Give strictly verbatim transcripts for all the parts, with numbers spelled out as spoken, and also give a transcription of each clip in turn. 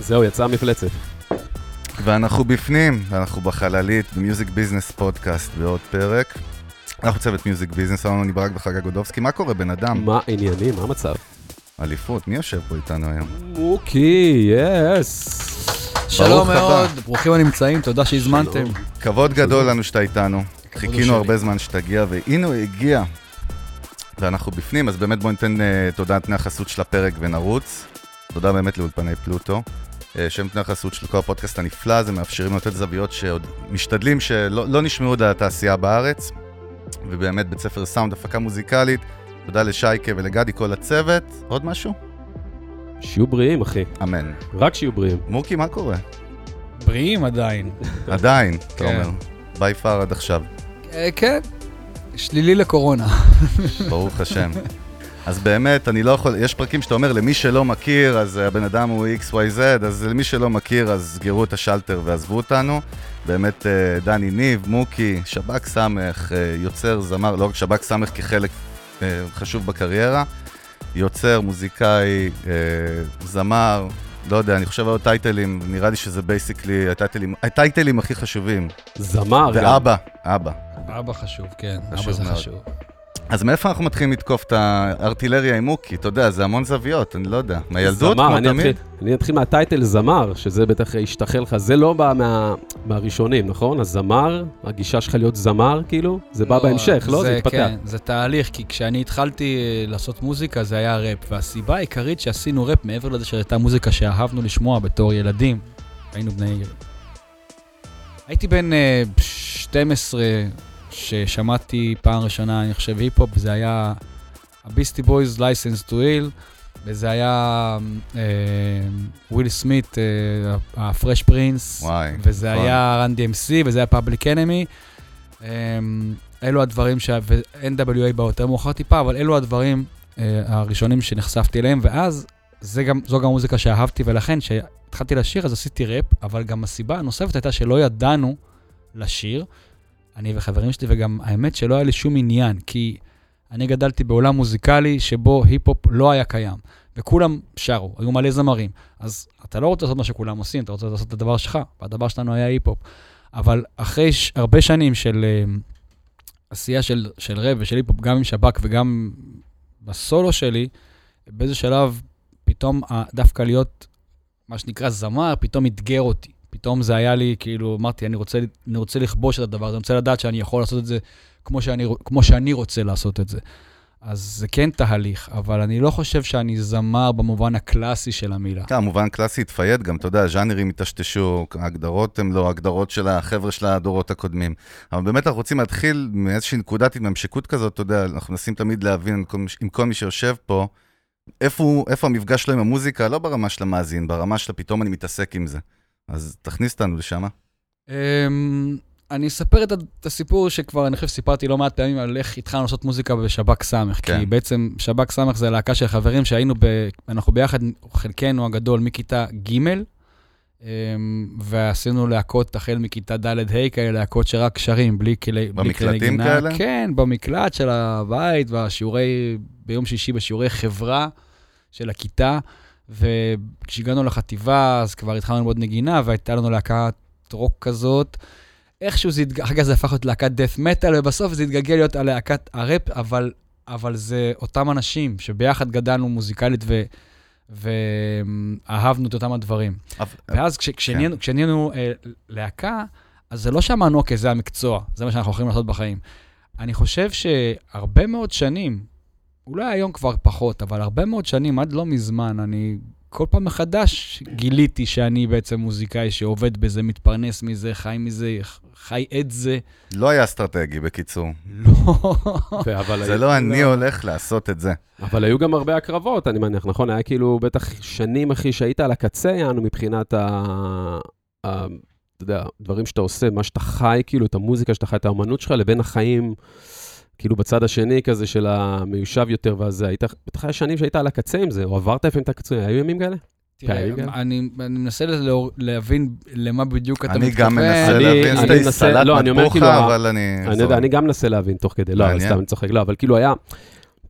זהו, יצא מפלצת. ואנחנו בפנים, ואנחנו בחללית, במיוזיק ביזנס פודקאסט בעוד פרק. אנחנו צוות מיוזיק ביזנס, אמרנו אני ברק וחגה גודובסקי. מה קורה, בן אדם? מה עניינים? מה המצב? אליפות, מי יושב פה איתנו היום? מוקי, יס. שלום מאוד, ברוכים הנמצאים, תודה שהזמנתם. כבוד גדול לנו שאתה איתנו. חיכינו הרבה זמן שתגיע, והנה הוא הגיע. ואנחנו בפנים, אז באמת בואו ניתן תודה נתני החסות של הפרק ונרוץ. תודה באמת לאולפני פלוטו. שם נתני החסות של כל הפודקאסט הנפלא הזה, מאפשרים לתת זוויות שעוד משתדלים שלא לא נשמעו את התעשייה בארץ. ובאמת בית ספר סאונד, הפקה מוזיקלית. תודה לשייקה ולגדי, כל הצוות. עוד משהו? שיהיו בריאים, אחי. אמן. רק שיהיו בריאים. מוקי, מה קורה? בריאים עדיין. עדיין, אתה אומר. ביי פאר עד עכשיו. כן, שלילי לקורונה. ברוך השם. אז באמת, אני לא יכול, יש פרקים שאתה אומר, למי שלא מכיר, אז הבן אדם הוא אקס וואי זד, אז למי שלא מכיר, אז סגרו את השלטר ועזבו אותנו. באמת, דני ניב, מוקי, שבק סמך, יוצר, זמר, לא רק שבק סמך כחלק חשוב בקריירה, יוצר, מוזיקאי, זמר, לא יודע, אני חושב על טייטלים, נראה לי שזה בייסיקלי הטייטלים, הטייטלים הכי חשובים. זמר. ואבא, אבא. אבא חשוב, כן, אבא זה חשוב. אז מאיפה אנחנו מתחילים לתקוף את הארטילריה עם מוקי? אתה יודע, זה המון זוויות, אני לא יודע. מהילדות, כמו תמיד? אני אתחיל מהטייטל זמר, שזה בטח ישתחל לך, זה לא בא מהראשונים, נכון? הזמר, הגישה שלך להיות זמר, כאילו, זה בא בהמשך, לא? זה התפתח. כן, זה תהליך, כי כשאני התחלתי לעשות מוזיקה, זה היה ראפ, והסיבה העיקרית שעשינו ראפ, מעבר לזה שהייתה מוזיקה שאהבנו לשמוע בתור ילדים, היינו בני ילד. הייתי בן שתים עשרה, ששמעתי פעם ראשונה, אני חושב, היפ-הופ, וזה היה הביסטי בויז, License to Ill, וזה היה וויל סמית, הפרש פרינס, וזה היה רן די אם סי, וזה היה פאבליק אנמי. אלו הדברים, ו-אן דאבליו איי בא יותר מאוחר טיפה, אבל אלו הדברים הראשונים שנחשפתי אליהם, ואז זו גם מוזיקה שאהבתי, ולכן כשהתחלתי לשיר, אז עשיתי ראפ, אבל גם הסיבה הנוספת הייתה שלא ידענו לשיר, אני וחברים שלי, וגם האמת שלא היה לי שום עניין, כי אני גדלתי בעולם מוזיקלי שבו היפ-הופ לא היה קיים, וכולם שרו, היו מלא זמרים, אז אתה לא רוצה לעשות מה שכולם עושים, אתה רוצה לעשות את הדבר שלך, והדבר שלנו היה היפ-הופ, אבל אחרי ש... הרבה שנים של uh, עשייה של, של רב ושל היפ-הופ, גם עם שבק וגם בסולו שלי, באיזה שלב פתאום דווקא להיות מה שנקרא זמר, פתאום התגר אותי. פתאום זה היה לי, כאילו, אמרתי, אני רוצה, אני רוצה לכבוש את הדבר הזה, אני רוצה לדעת שאני יכול לעשות את זה כמו שאני, כמו שאני רוצה לעשות את זה. אז זה כן תהליך, אבל אני לא חושב שאני זמר במובן הקלאסי של המילה. כן, המובן קלאסי התפייד גם, אתה יודע, ז'אנרים התשתשו, ההגדרות הן לא הגדרות של החבר'ה של הדורות הקודמים. אבל באמת אנחנו רוצים להתחיל מאיזושהי נקודת התממשקות כזאת, אתה יודע, אנחנו מנסים תמיד להבין עם כל מי שיושב פה, איפה, איפה המפגש שלו עם המוזיקה, לא ברמה של המאזין, ברמה של פתאום אני מתעסק עם זה. אז תכניס אותנו לשם. אני אספר את הסיפור שכבר אני חושב סיפרתי לא מעט פעמים על איך התחלנו לעשות מוזיקה בשבק סמך, כי בעצם שבק סמך זה להקה של חברים שהיינו, אנחנו ביחד, חלקנו הגדול מכיתה ג' ועשינו להקות החל מכיתה ד' ה' כאלה, להקות שרק שרים, בלי כלי נגינה. במקלטים כאלה? כן, במקלט של הבית, והשיעורי, ביום שישי בשיעורי חברה של הכיתה, וכשהגענו לחטיבה, אז כבר התחלנו ללמוד נגינה, והייתה לנו להקת רוק כזאת. איכשהו זה התגלגל, אחר כך זה הפך להיות להקת דף מטל, ובסוף זה התגלגל להיות על להקת הראפ, אבל, אבל זה אותם אנשים שביחד גדלנו מוזיקלית ו, ואהבנו את אותם הדברים. ואז כש, כשנהיינו, כשנהיינו אה, להקה, אז זה לא שאמרנו, אוקיי, זה המקצוע, זה מה שאנחנו יכולים לעשות בחיים. אני חושב שהרבה מאוד שנים, אולי היום כבר פחות, אבל הרבה מאוד שנים, עד לא מזמן, אני כל פעם מחדש גיליתי שאני בעצם מוזיקאי שעובד בזה, מתפרנס מזה, חי מזה, חי את זה. לא היה אסטרטגי בקיצור. לא. זה לא אני הולך לעשות את זה. אבל היו גם הרבה הקרבות, אני מניח, נכון? היה כאילו בטח שנים, אחי, שהיית על הקצה, יענו מבחינת ה... אתה יודע, דברים שאתה עושה, מה שאתה חי, כאילו, את המוזיקה שאתה חי, את האמנות שלך, לבין החיים... כאילו בצד השני כזה של המיושב יותר, ואז היית, בטח היה שנים שהיית על הקצה עם זה, או עברת איפה עם את הקצה, היו ימים כאלה? תראה, אני מנסה להבין למה בדיוק אתה מתכוון. אני גם מנסה להבין, שאתה הסתלת מטבוחה, אבל אני... אני גם מנסה להבין תוך כדי, לא, סתם אני צוחק, לא, אבל כאילו היה,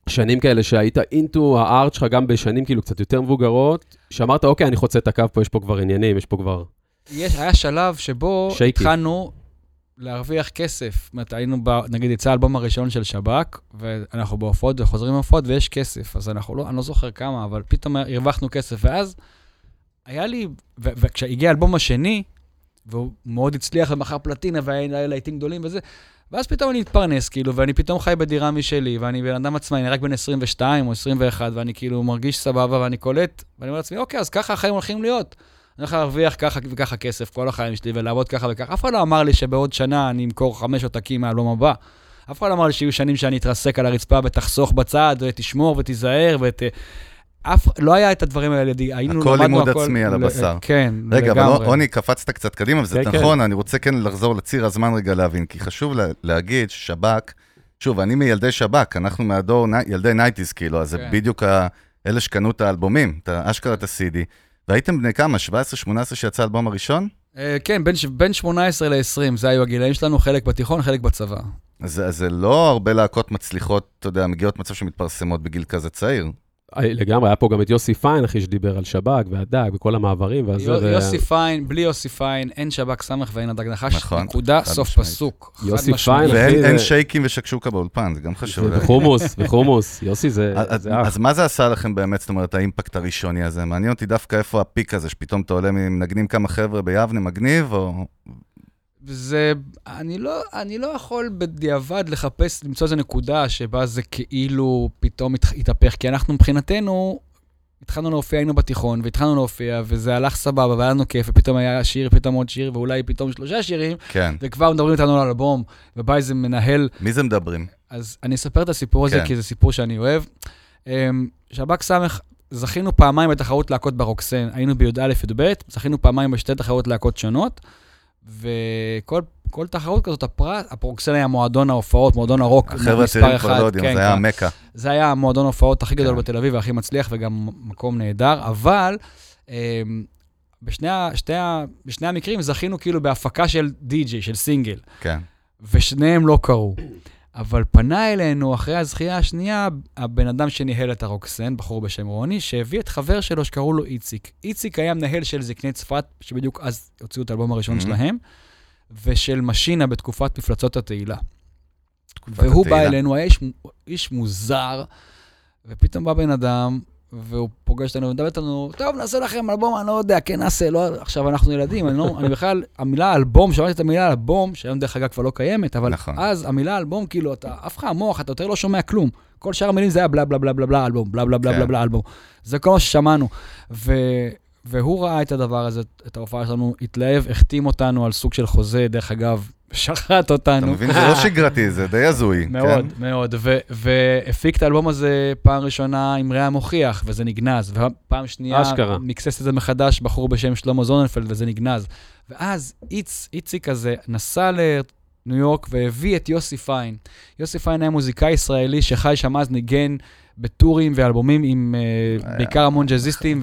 שנים כאלה שהיית אינטו הארט שלך גם בשנים כאילו קצת יותר מבוגרות, שאמרת, אוקיי, אני חוצה את הקו פה, יש פה כבר עניינים, יש פה כבר... יש, היה שלב שבו שייקי. התחלנו להרוויח כסף. זאת אומרת, היינו, ב, נגיד, יצא האלבום הראשון של שב"כ, ואנחנו בהופעות וחוזרים בהופעות, ויש כסף. אז אנחנו לא, אני לא זוכר כמה, אבל פתאום הרווחנו כסף. ואז היה לי, ו, וכשהגיע האלבום השני, והוא מאוד הצליח ומחר פלטינה, והיה להיטים גדולים וזה, ואז פתאום אני מתפרנס, כאילו, ואני פתאום חי בדירה משלי, ואני בן אדם עצמאי, אני רק בן עשרים ושתיים או עשרים ואחת, ואני כאילו מרגיש סבבה, ואני קולט, ואני אומר לעצמי, אוקיי, אז ככה החיים הולכים להיות. אני הולך להרוויח ככה וככה כסף, כל החיים שלי, ולעבוד ככה וככה. אף אחד לא אמר לי שבעוד שנה אני אמכור חמש עותקים מהאלבום הבא. אף אחד לא אמר לי שיהיו שנים שאני אתרסק על הרצפה ותחסוך בצד, ותשמור ותיזהר, ות... אף, לא היה את הדברים האלה, היינו הכל לימוד עצמי על הבשר. כן, רגע, אבל עוני, קפצת קצת קדימה, וזה נכון, אני רוצה כן לחזור לציר הזמן רגע להבין, כי חשוב להגיד ששב"כ, שוב, אני מילדי שב"כ, אנחנו מהדור ילדי נייטיז, כאילו, אז זה בדיוק אלה שקנו את האלבומים, את האשכרה, את ה-סי די, והייתם בני כמה, שבע עשרה שמונה עשרה שיצא האלבום הראשון? כן, בין שמונה עשרה ל-עשרים, זה היו הגילאים שלנו, חלק בתיכון, חלק בצבא. אז זה לא הרבה להקות מצליחות, אתה יודע, מגיעות מצב שמתפרסמות בגיל כזה צעיר. לגמרי, היה פה גם את יוסי פיין, אחי שדיבר על שב"כ והדג וכל המעברים. יוסי פיין, בלי יוסי פיין, אין שב"כ סמך ואין הדג נחש, נקודה, סוף פסוק. יוסי פיין, אחי. ואין שייקים ושקשוקה באולפן, זה גם חשוב. וחומוס, וחומוס, יוסי זה... אז מה זה עשה לכם באמת, זאת אומרת, האימפקט הראשוני הזה? מעניין אותי דווקא איפה הפיק הזה, שפתאום אתה עולה מנגנים כמה חבר'ה ביבנה, מגניב, או... וזה, אני לא, אני לא יכול בדיעבד לחפש, למצוא איזו נקודה שבה זה כאילו פתאום התהפך, כי אנחנו מבחינתנו, התחלנו להופיע, היינו בתיכון, והתחלנו להופיע, וזה הלך סבבה, והיה לנו כיף, ופתאום היה שיר, פתאום עוד שיר, ואולי פתאום שלושה שירים, כן. וכבר מדברים איתנו על אלבום, ובא איזה מנהל... מי זה מדברים? אז אני אספר את הסיפור הזה, כן. כי זה סיפור שאני אוהב. שב"כ סמך, זכינו פעמיים בתחרות להקות ברוקסן, היינו בי"א י"ב, זכינו פעמיים בשתי תחרות להקות שונות, וכל כל תחרות כזאת, הפרט, הפרוקסן היה מועדון ההופעות, מועדון הרוק, החבר'ה צעירים כבר לא יודעים, זה היה המקה. זה היה מועדון ההופעות הכי גדול בתל אביב, והכי מצליח, וגם מקום נהדר, אבל בשני, שתי, בשני המקרים זכינו כאילו בהפקה של די-ג'יי, של סינגל. כן. ושניהם לא קרו. אבל פנה אלינו, אחרי הזכייה השנייה, הבן אדם שניהל את הרוקסן, בחור בשם רוני, שהביא את חבר שלו שקראו לו איציק. איציק היה מנהל של זקני צפת, שבדיוק אז הוציאו את האלבום הראשון שלהם, ושל משינה בתקופת מפלצות התהילה. והוא בא אלינו, היה איש, איש מוזר, ופתאום בא בן אדם, והוא פוגש אותנו ומדבר אותנו, טוב, נעשה לכם אלבום, אני לא יודע, כן, נעשה, לא, עכשיו אנחנו ילדים, אני, לא, אני בכלל, המילה אלבום, שמעתי את המילה אלבום, שהיום דרך אגב כבר לא קיימת, אבל נכון. אז המילה אלבום, כאילו, אתה, אף אחד המוח, אתה יותר לא שומע כלום. כל שאר המילים זה היה בלה בלה בלה בלה בלה אלבום, בלה בלה בלה בלה בלה אלבום. זה כל מה ששמענו. ו... והוא ראה את הדבר הזה, את ההופעה שלנו, התלהב, החתים אותנו על סוג של חוזה, דרך אגב, שחט אותנו. אתה מבין, זה לא שגרתי, זה די הזוי. מאוד, מאוד. והפיק את האלבום הזה פעם ראשונה עם ריאה מוכיח, וזה נגנז. ופעם שנייה, מקסס את זה מחדש, בחור בשם שלמה זוננפלד, וזה נגנז. ואז איציק הזה נסע לניו יורק, והביא את יוסי פיין. יוסי פיין היה מוזיקאי ישראלי, שחי שם אז ניגן בטורים ואלבומים עם בעיקר המון ג'אזיסטים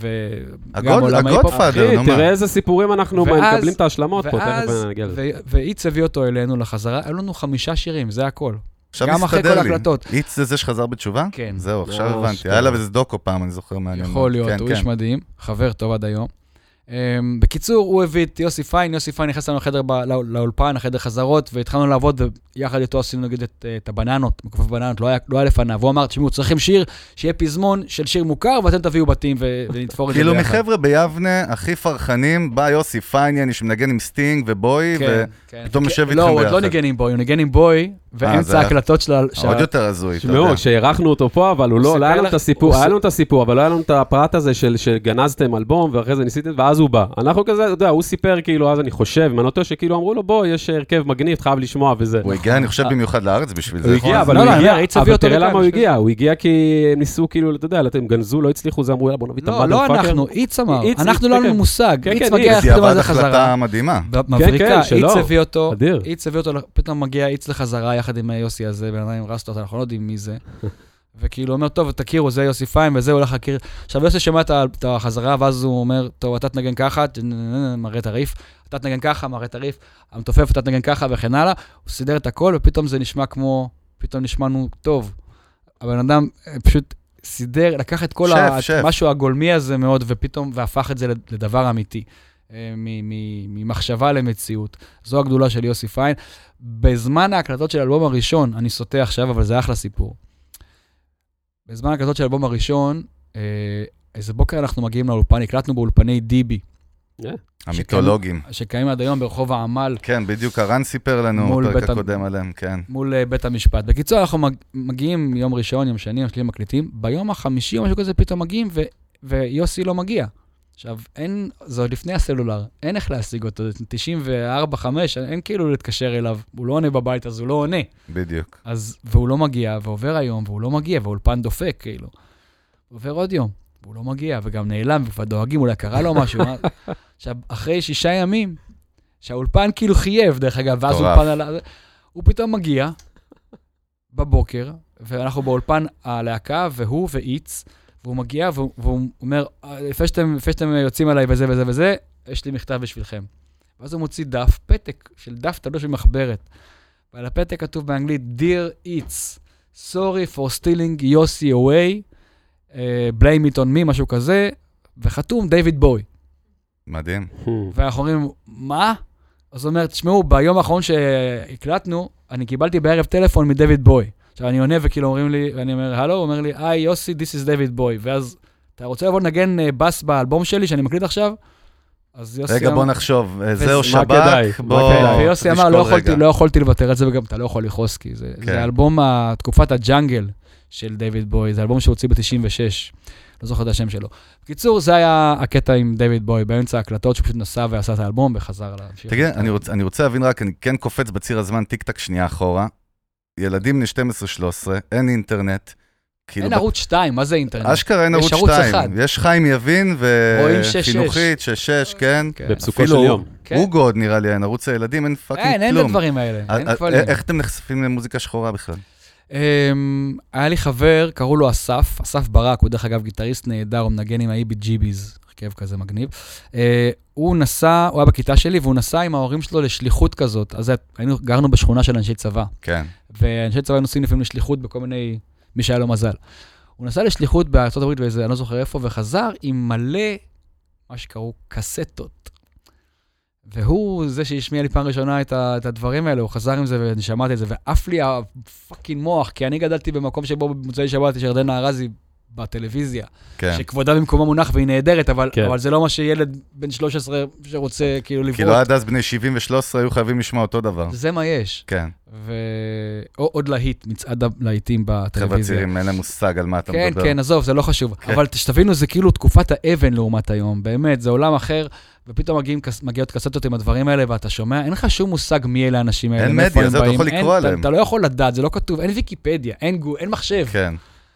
וגם עולם ההיפ-הופ. אחי, תראה איזה סיפורים אנחנו מקבלים את ההשלמות פה, תכף נגיע לזה. ואיץ הביא אותו אלינו לחזרה, היו לנו חמישה שירים, זה הכל. עכשיו מסתדר לי. איץ זה זה שחזר בתשובה? כן. זהו, עכשיו הבנתי. היה לה איזה דוקו פעם, אני זוכר מעניין. יכול להיות, הוא איש מדהים, חבר טוב עד היום. בקיצור, הוא הביא את יוסי פיין, יוסי פיין נכנס לנו לחדר לאולפן, לחדר חזרות, והתחלנו לעבוד, ויחד איתו עשינו נגיד את הבננות, מקופף בננות, לא היה לפניו, והוא אמר, תשמעו, צריכים שיר, שיהיה פזמון של שיר מוכר, ואתם תביאו בתים ונתפור את זה ביחד. כאילו מחבר'ה ביבנה, הכי פרחנים, בא יוסי פיין, שמנגן עם סטינג ובוי, ופתאום יושב איתכם ביחד. לא, הוא עוד לא ניגן עם בוי, הוא ניגן עם בוי, ואמצע ההקלטות של... עוד יותר הזוי. שמעו, כשהערכנו אותו פה, אבל הוא לא, היה לנו את הסיפור, היה לנו את הסיפור, אבל לא היה לנו את הפרט הזה שגנזתם אלבום, ואחרי זה ניסיתם, ואז הוא בא. אנחנו כזה, אתה יודע, הוא סיפר כאילו, אז אני חושב, מנותו שכאילו אמרו לו, בוא, יש הרכב מגניב, חייב לשמוע וזה. הוא הגיע, אני חושב, במיוחד לארץ בשביל זה. הוא הגיע, אבל הוא הגיע, אבל תראה למה הוא הגיע. הוא הגיע כי הם ניסו כאילו, אתה יודע, אתם גנזו, לא הצליחו, זה אמרו, בוא נביא את המאדר פאקר. לא, אנחנו, איץ אמר. אנחנו לא לנו מושג. איץ מגיע, זה עבד החלטה מדהימה. מבריקה, איץ הביא אותו, איץ הביא אותו, פתאום מגיע איץ לחזרה יחד עם יוסי הזה, בן אדם עם רסטות, אנחנו לא יודעים מי זה. וכאילו אומר, טוב, תכירו, זה יוסי פיין, וזה הולך להכיר. עכשיו, יוסי שמע את החזרה, ואז הוא אומר, טוב, אתה תנגן ככה, מראה את הריף, אתה תנגן ככה, מראה את הריף, המתופף, אתה תנגן ככה, וכן הלאה. הוא סידר את הכל, ופתאום זה נשמע כמו, פתאום נשמענו טוב. הבן אדם פשוט סידר, לקח את כל המשהו הגולמי הזה מאוד, ופתאום, והפך את זה לדבר אמיתי. ממחשבה למציאות. זו הגדולה של יוסי פיין. בזמן ההקלטות של האלבום הראשון, אני סוטה עכשיו, אבל זה אחלה סיפור. בזמן ההקלטות של האלבום הראשון, איזה בוקר אנחנו מגיעים לאולפן, הקלטנו באולפני דיבי. המיתולוגים. שקיימים עד היום ברחוב העמל. כן, בדיוק הרן סיפר לנו, פרק הקודם עליהם, כן. מול בית המשפט. בקיצור, אנחנו מגיעים יום ראשון, יום שני, יום שני מקליטים, ביום החמישי או משהו כזה פתאום מגיעים, ויוסי לא מגיע. עכשיו, אין, זה עוד לפני הסלולר, אין איך להשיג אותו, תשעים וארבע חמש, אין כאילו להתקשר אליו, הוא לא עונה בבית, אז הוא לא עונה. בדיוק. אז, והוא לא מגיע, ועובר היום, והוא לא מגיע, והאולפן דופק, כאילו. עובר עוד יום, והוא לא מגיע, וגם נעלם, וכבר דואגים, אולי קרה לו משהו. עכשיו, אחרי שישה ימים, שהאולפן כאילו חייב, דרך אגב, ואז אולפן על... הוא פתאום מגיע, בבוקר, ואנחנו באולפן הלהקה, והוא ואיץ, והוא מגיע, והוא, והוא אומר, לפני שאתם, לפני שאתם יוצאים עליי וזה וזה וזה, יש לי מכתב בשבילכם. ואז הוא מוציא דף, פתק של דף תלוש במחברת. ועל הפתק כתוב באנגלית, Dear It's, sorry for stealing Yossi away, uh, blame it on me, משהו כזה, וחתום דיוויד בוי. מדהים. ואנחנו אומרים, מה? אז הוא אומר, תשמעו, ביום האחרון שהקלטנו, אני קיבלתי בערב טלפון מדיוויד בוי. עכשיו, אני עונה וכאילו אומרים לי, ואני אומר, הלו, הוא אומר לי, היי, יוסי, this is David Boy. ואז, אתה רוצה לבוא לנגן בס באלבום שלי, שאני מקליט עכשיו? אז יוסי... רגע, בוא נחשוב, זהו שבק, בוא... ויוסי אמר, לא יכולתי לוותר את זה, וגם אתה לא יכול לכעוס, כי זה אלבום, תקופת הג'אנגל של דיוויד בוי, זה אלבום שהוציא ב-תשעים ושש, לא זוכר את השם שלו. בקיצור, זה היה הקטע עם דיוויד בוי, באמצע ההקלטות, שהוא פשוט נסע ועשה את האלבום, וחזר להמשיך. תגיד, אני רוצה להבין רק, אני כן קופץ בציר הזמן, טיק-טק שנייה אחורה. ילדים בני שתים עשרה שלוש עשרה, אין אינטרנט. אין ערוץ שתיים, מה זה אינטרנט? אשכרה אין ערוץ שתיים. יש חיים יבין וחינוכית, שש שש, כן. בפסוקו של יום. אוגו עוד נראה לי, אין ערוץ הילדים, אין פאקינג כלום. אין, אין בדברים האלה. איך אתם נחשפים למוזיקה שחורה בכלל? היה לי חבר, קראו לו אסף, אסף ברק, הוא דרך אגב גיטריסט נהדר, הוא מנגן עם האי-בי ג'יביז, הרכב כזה מגניב. הוא נסע, הוא היה בכיתה שלי, והוא נסע עם ההורים שלו לשליחות כזאת. אז היינו, גרנו בשכונה של אנשי צבא. כן. ואנשי צבא נוסעים לפעמים לשליחות בכל מיני, מי שהיה לו מזל. הוא נסע לשליחות בארצות הברית ואיזה, אני לא זוכר איפה, וחזר עם מלא, מה שקראו, קסטות. והוא זה שהשמיע לי פעם ראשונה את, ה, את הדברים האלה, הוא חזר עם זה ואני שמעתי את זה, ואף לי הפאקינג מוח, כי אני גדלתי במקום שבו במוצאי שבת יש ירדנה ארזי בטלוויזיה, כן. שכבודה במקומה מונח והיא נהדרת, אבל, כן. אבל זה לא מה שילד בן שלוש עשרה שרוצה כאילו לברות. כאילו עד אז בני שבעים ושלוש עשרה היו חייבים לשמוע אותו דבר. זה מה יש. כן. ועוד להיט, מצעד הלהיטים בטלוויזיה. חבר'ה צעירים, אין להם מושג על מה אתה כן, מדבר. כן, כן, עזוב, זה לא חשוב. כן. אבל תשתבינו, זה כאילו תקופת האבן לעומת היום, באמת, זה עולם אחר, ופתאום מגיעים, מגיעות קסטות עם הדברים האלה, ואתה שומע, אין לך שום מושג מי אלה האנשים האלה. אין מדיה, זה אתה יכול לקרוא עליהם. אתה לא יכול לדעת, זה לא כתוב, אין ויקיפדיה, אין גו, אין מחשב. כן.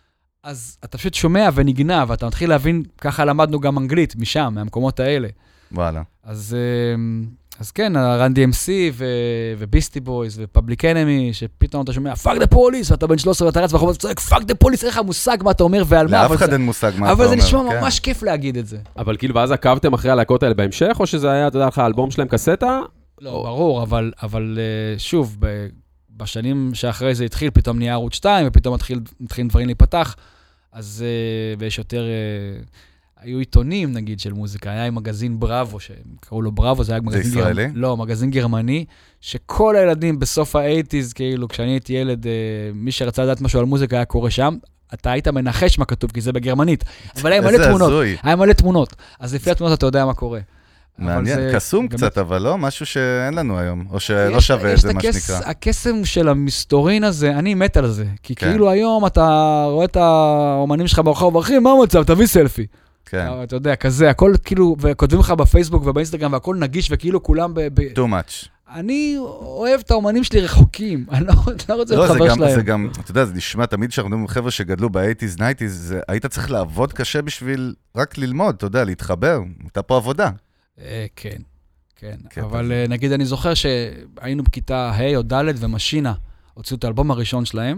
אז אתה פשוט שומע ונגנב, ואתה מתחיל להבין, ככה למדנו גם אנגלית, משם, מהמקומות האלה. וואלה. אז, אז כן, רן די אם סי וביסטי בויז ופאבליק אנמי, שפתאום אתה שומע, פאק דה פוליס, ואתה בן שלוש עשרה ואתה רץ ברחוב, ואתה צועק, פאק דה פוליס, איך המושג מה אתה אומר ועל מה. לאף אחד אין מושג מה אתה אומר. אבל זה נשמע ממש כיף להגיד את זה. אבל כאילו, ואז עקבתם אחרי הלהקות האלה בהמשך, או שזה היה, אתה יודע לך, האלבום שלהם קסטה? לא, ברור, אבל, אבל שוב, בשנים שאחרי זה התחיל, פתאום נהיה ערוץ שתיים, ופתאום מתחיל, מתחיל דברים להיפתח. אז, ויש יותר, היו עיתונים, נגיד, של מוזיקה. היה עם מגזין בראבו, שקראו לו בראבו, זה היה מגזין גרמני. זה ישראלי? לא, מגזין גרמני, שכל הילדים בסוף ה-שמונים, כאילו, כשאני הייתי ילד, מי שרצה לדעת משהו על מוזיקה היה קורא שם, אתה היית מנחש מה כתוב, כי זה בגרמנית. אבל היה מלא תמונות. היה מלא תמונות. אז לפי התמונות אתה יודע מה קורה. מעניין, קסום קצת, אבל לא, משהו שאין לנו היום, או שלא שווה את זה, מה שנקרא. הקסם של המסתורין הזה, אני מת על זה, כי כאילו היום אתה רואה את האומנים שלך ברחוב, אחי, מה המצב? תביא סלפי. כן. אתה יודע, כזה, הכל כאילו, וכותבים לך בפייסבוק ובאינסטגרם, והכל נגיש, וכאילו כולם ב... too much. אני אוהב את האומנים שלי רחוקים, אני לא רוצה לחבר שלהם. זה גם, אתה יודע, זה נשמע תמיד שאנחנו מדברים חבר'ה שגדלו ב-שמונים, תשעים, היית צריך לעבוד קשה בשביל רק ללמוד, אתה יודע, להתחבר, הייתה פה עבודה. כן, כן, אבל נגיד אני זוכר שהיינו בכיתה ה' או ד' ומשינה, הוציאו את האלבום הראשון שלהם,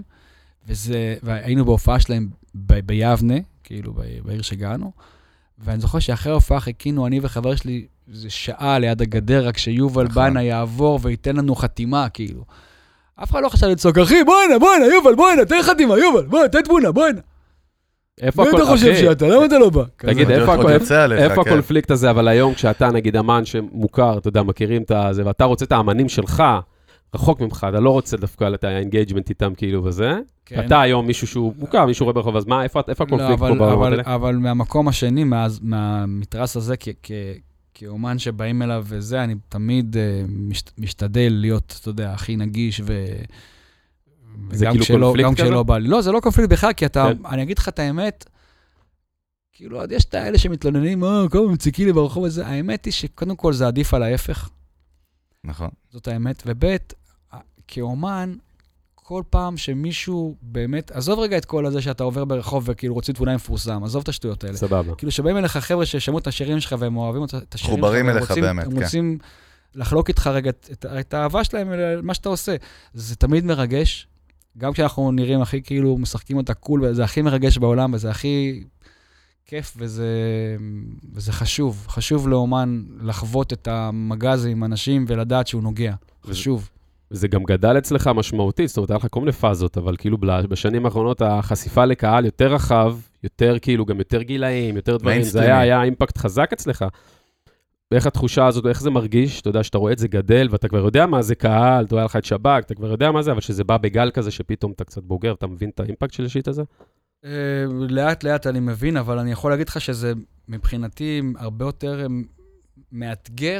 והיינו בהופעה שלהם ביבנה, כאילו בעיר שגענו, ואני זוכר שאחרי ההופעה חיכינו, אני וחבר שלי, זה שעה ליד הגדר, רק שיובל בנה יעבור וייתן לנו חתימה, כאילו. אף אחד לא חשב לצעוק, אחי, בוא'נה, בוא'נה, יובל, בוא'נה, תן חתימה, יובל, בוא'נה, תן תמונה, בוא'נה. איפה מי אתה חושב שאתה? למה אתה לא בא? תגיד, איפה הקונפליקט הזה, אבל היום כשאתה נגיד אמן שמוכר, אתה יודע, מכירים את זה, ואתה רוצה את האמנים שלך, רחוק ממך, אתה לא רוצה דווקא את האנגייג'מנט איתם כאילו וזה, אתה היום מישהו שהוא מוכר, מישהו רואה ברחוב, אז מה, איפה הקונפליקט פה בעולם האלה? אבל מהמקום השני, מהמתרס הזה, כאומן שבאים אליו וזה, אני תמיד משתדל להיות, אתה יודע, הכי נגיש ו... זה כאילו קונפליקט כזה? לא, זה לא קונפליקט בכלל, כי אתה, אני אגיד לך את האמת, כאילו, יש את האלה שמתלוננים, אה, כל פעם ציקי לי ברחוב הזה, האמת היא שקודם כל זה עדיף על ההפך. נכון. זאת האמת, ובית, כאומן, כל פעם שמישהו באמת, עזוב רגע את כל הזה שאתה עובר ברחוב וכאילו רוצים תמונה מפורסם, עזוב את השטויות האלה. סבבה. כאילו שבאים אליך חבר'ה ששמעו את השירים שלך והם אוהבים את השירים שלך. חוברים אליך באמת, הם רוצים לחלוק איתך רגע את האהבה שלהם למה שאתה עושה. זה תמיד מרגש, גם כשאנחנו נראים הכי כאילו משחקים אותה קול, וזה הכי מרגש בעולם, וזה הכי כיף, וזה, וזה חשוב. חשוב לאומן לחוות את המגע הזה עם אנשים ולדעת שהוא נוגע. חשוב. וזה גם גדל אצלך משמעותית, זאת אומרת, היה לך כל מיני פאזות, אבל כאילו בשנים האחרונות החשיפה לקהל יותר רחב, יותר כאילו, גם יותר גילאים, יותר דברים, זה היה, היה אימפקט חזק אצלך. ואיך התחושה הזאת, איך זה מרגיש, אתה יודע שאתה רואה את זה גדל, ואתה כבר יודע מה זה קהל, אתה רואה לך את שב"כ, אתה כבר יודע מה זה, אבל שזה בא בגל כזה שפתאום אתה קצת בוגר, אתה מבין את האימפקט של השיט הזה? לאט לאט אני מבין, אבל אני יכול להגיד לך שזה מבחינתי הרבה יותר מאתגר,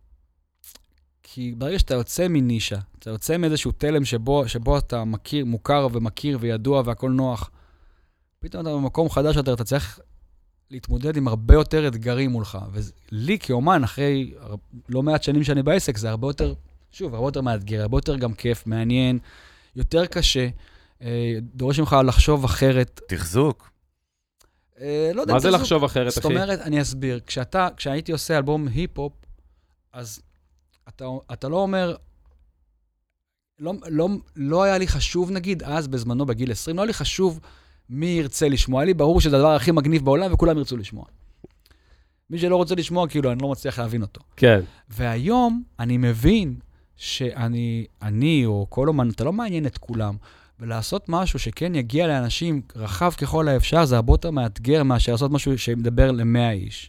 כי ברגע שאתה יוצא מנישה, אתה יוצא מאיזשהו תלם שבו, שבו אתה מכיר, מוכר ומכיר וידוע והכל נוח, פתאום אתה במקום חדש יותר, אתה צריך להתמודד עם הרבה יותר אתגרים מולך. ולי כאומן, אחרי לא מעט שנים שאני בעסק, זה הרבה יותר, שוב, הרבה יותר מאתגר, הרבה יותר גם כיף, מעניין, יותר קשה, דורש ממך לחשוב אחרת. תחזוק. לא יודע, מה זה לחשוב אחרת, אחי? זאת אומרת, אני אסביר, כשאתה, כשהייתי עושה אלבום היפ-הופ, אז אתה, אתה לא אומר, לא, לא, לא היה לי חשוב, נגיד, אז בזמנו, בגיל עשרים, לא היה לי חשוב מי ירצה לשמוע. היה לי ברור שזה הדבר הכי מגניב בעולם, וכולם ירצו לשמוע. מי שלא רוצה לשמוע, כאילו, אני לא מצליח להבין אותו. כן. והיום אני מבין שאני, אני או כל אומן, אתה לא מעניין את כולם, ולעשות משהו שכן יגיע לאנשים רחב ככל האפשר, זה הרבה יותר מאתגר מאשר לעשות משהו שמדבר למאה איש.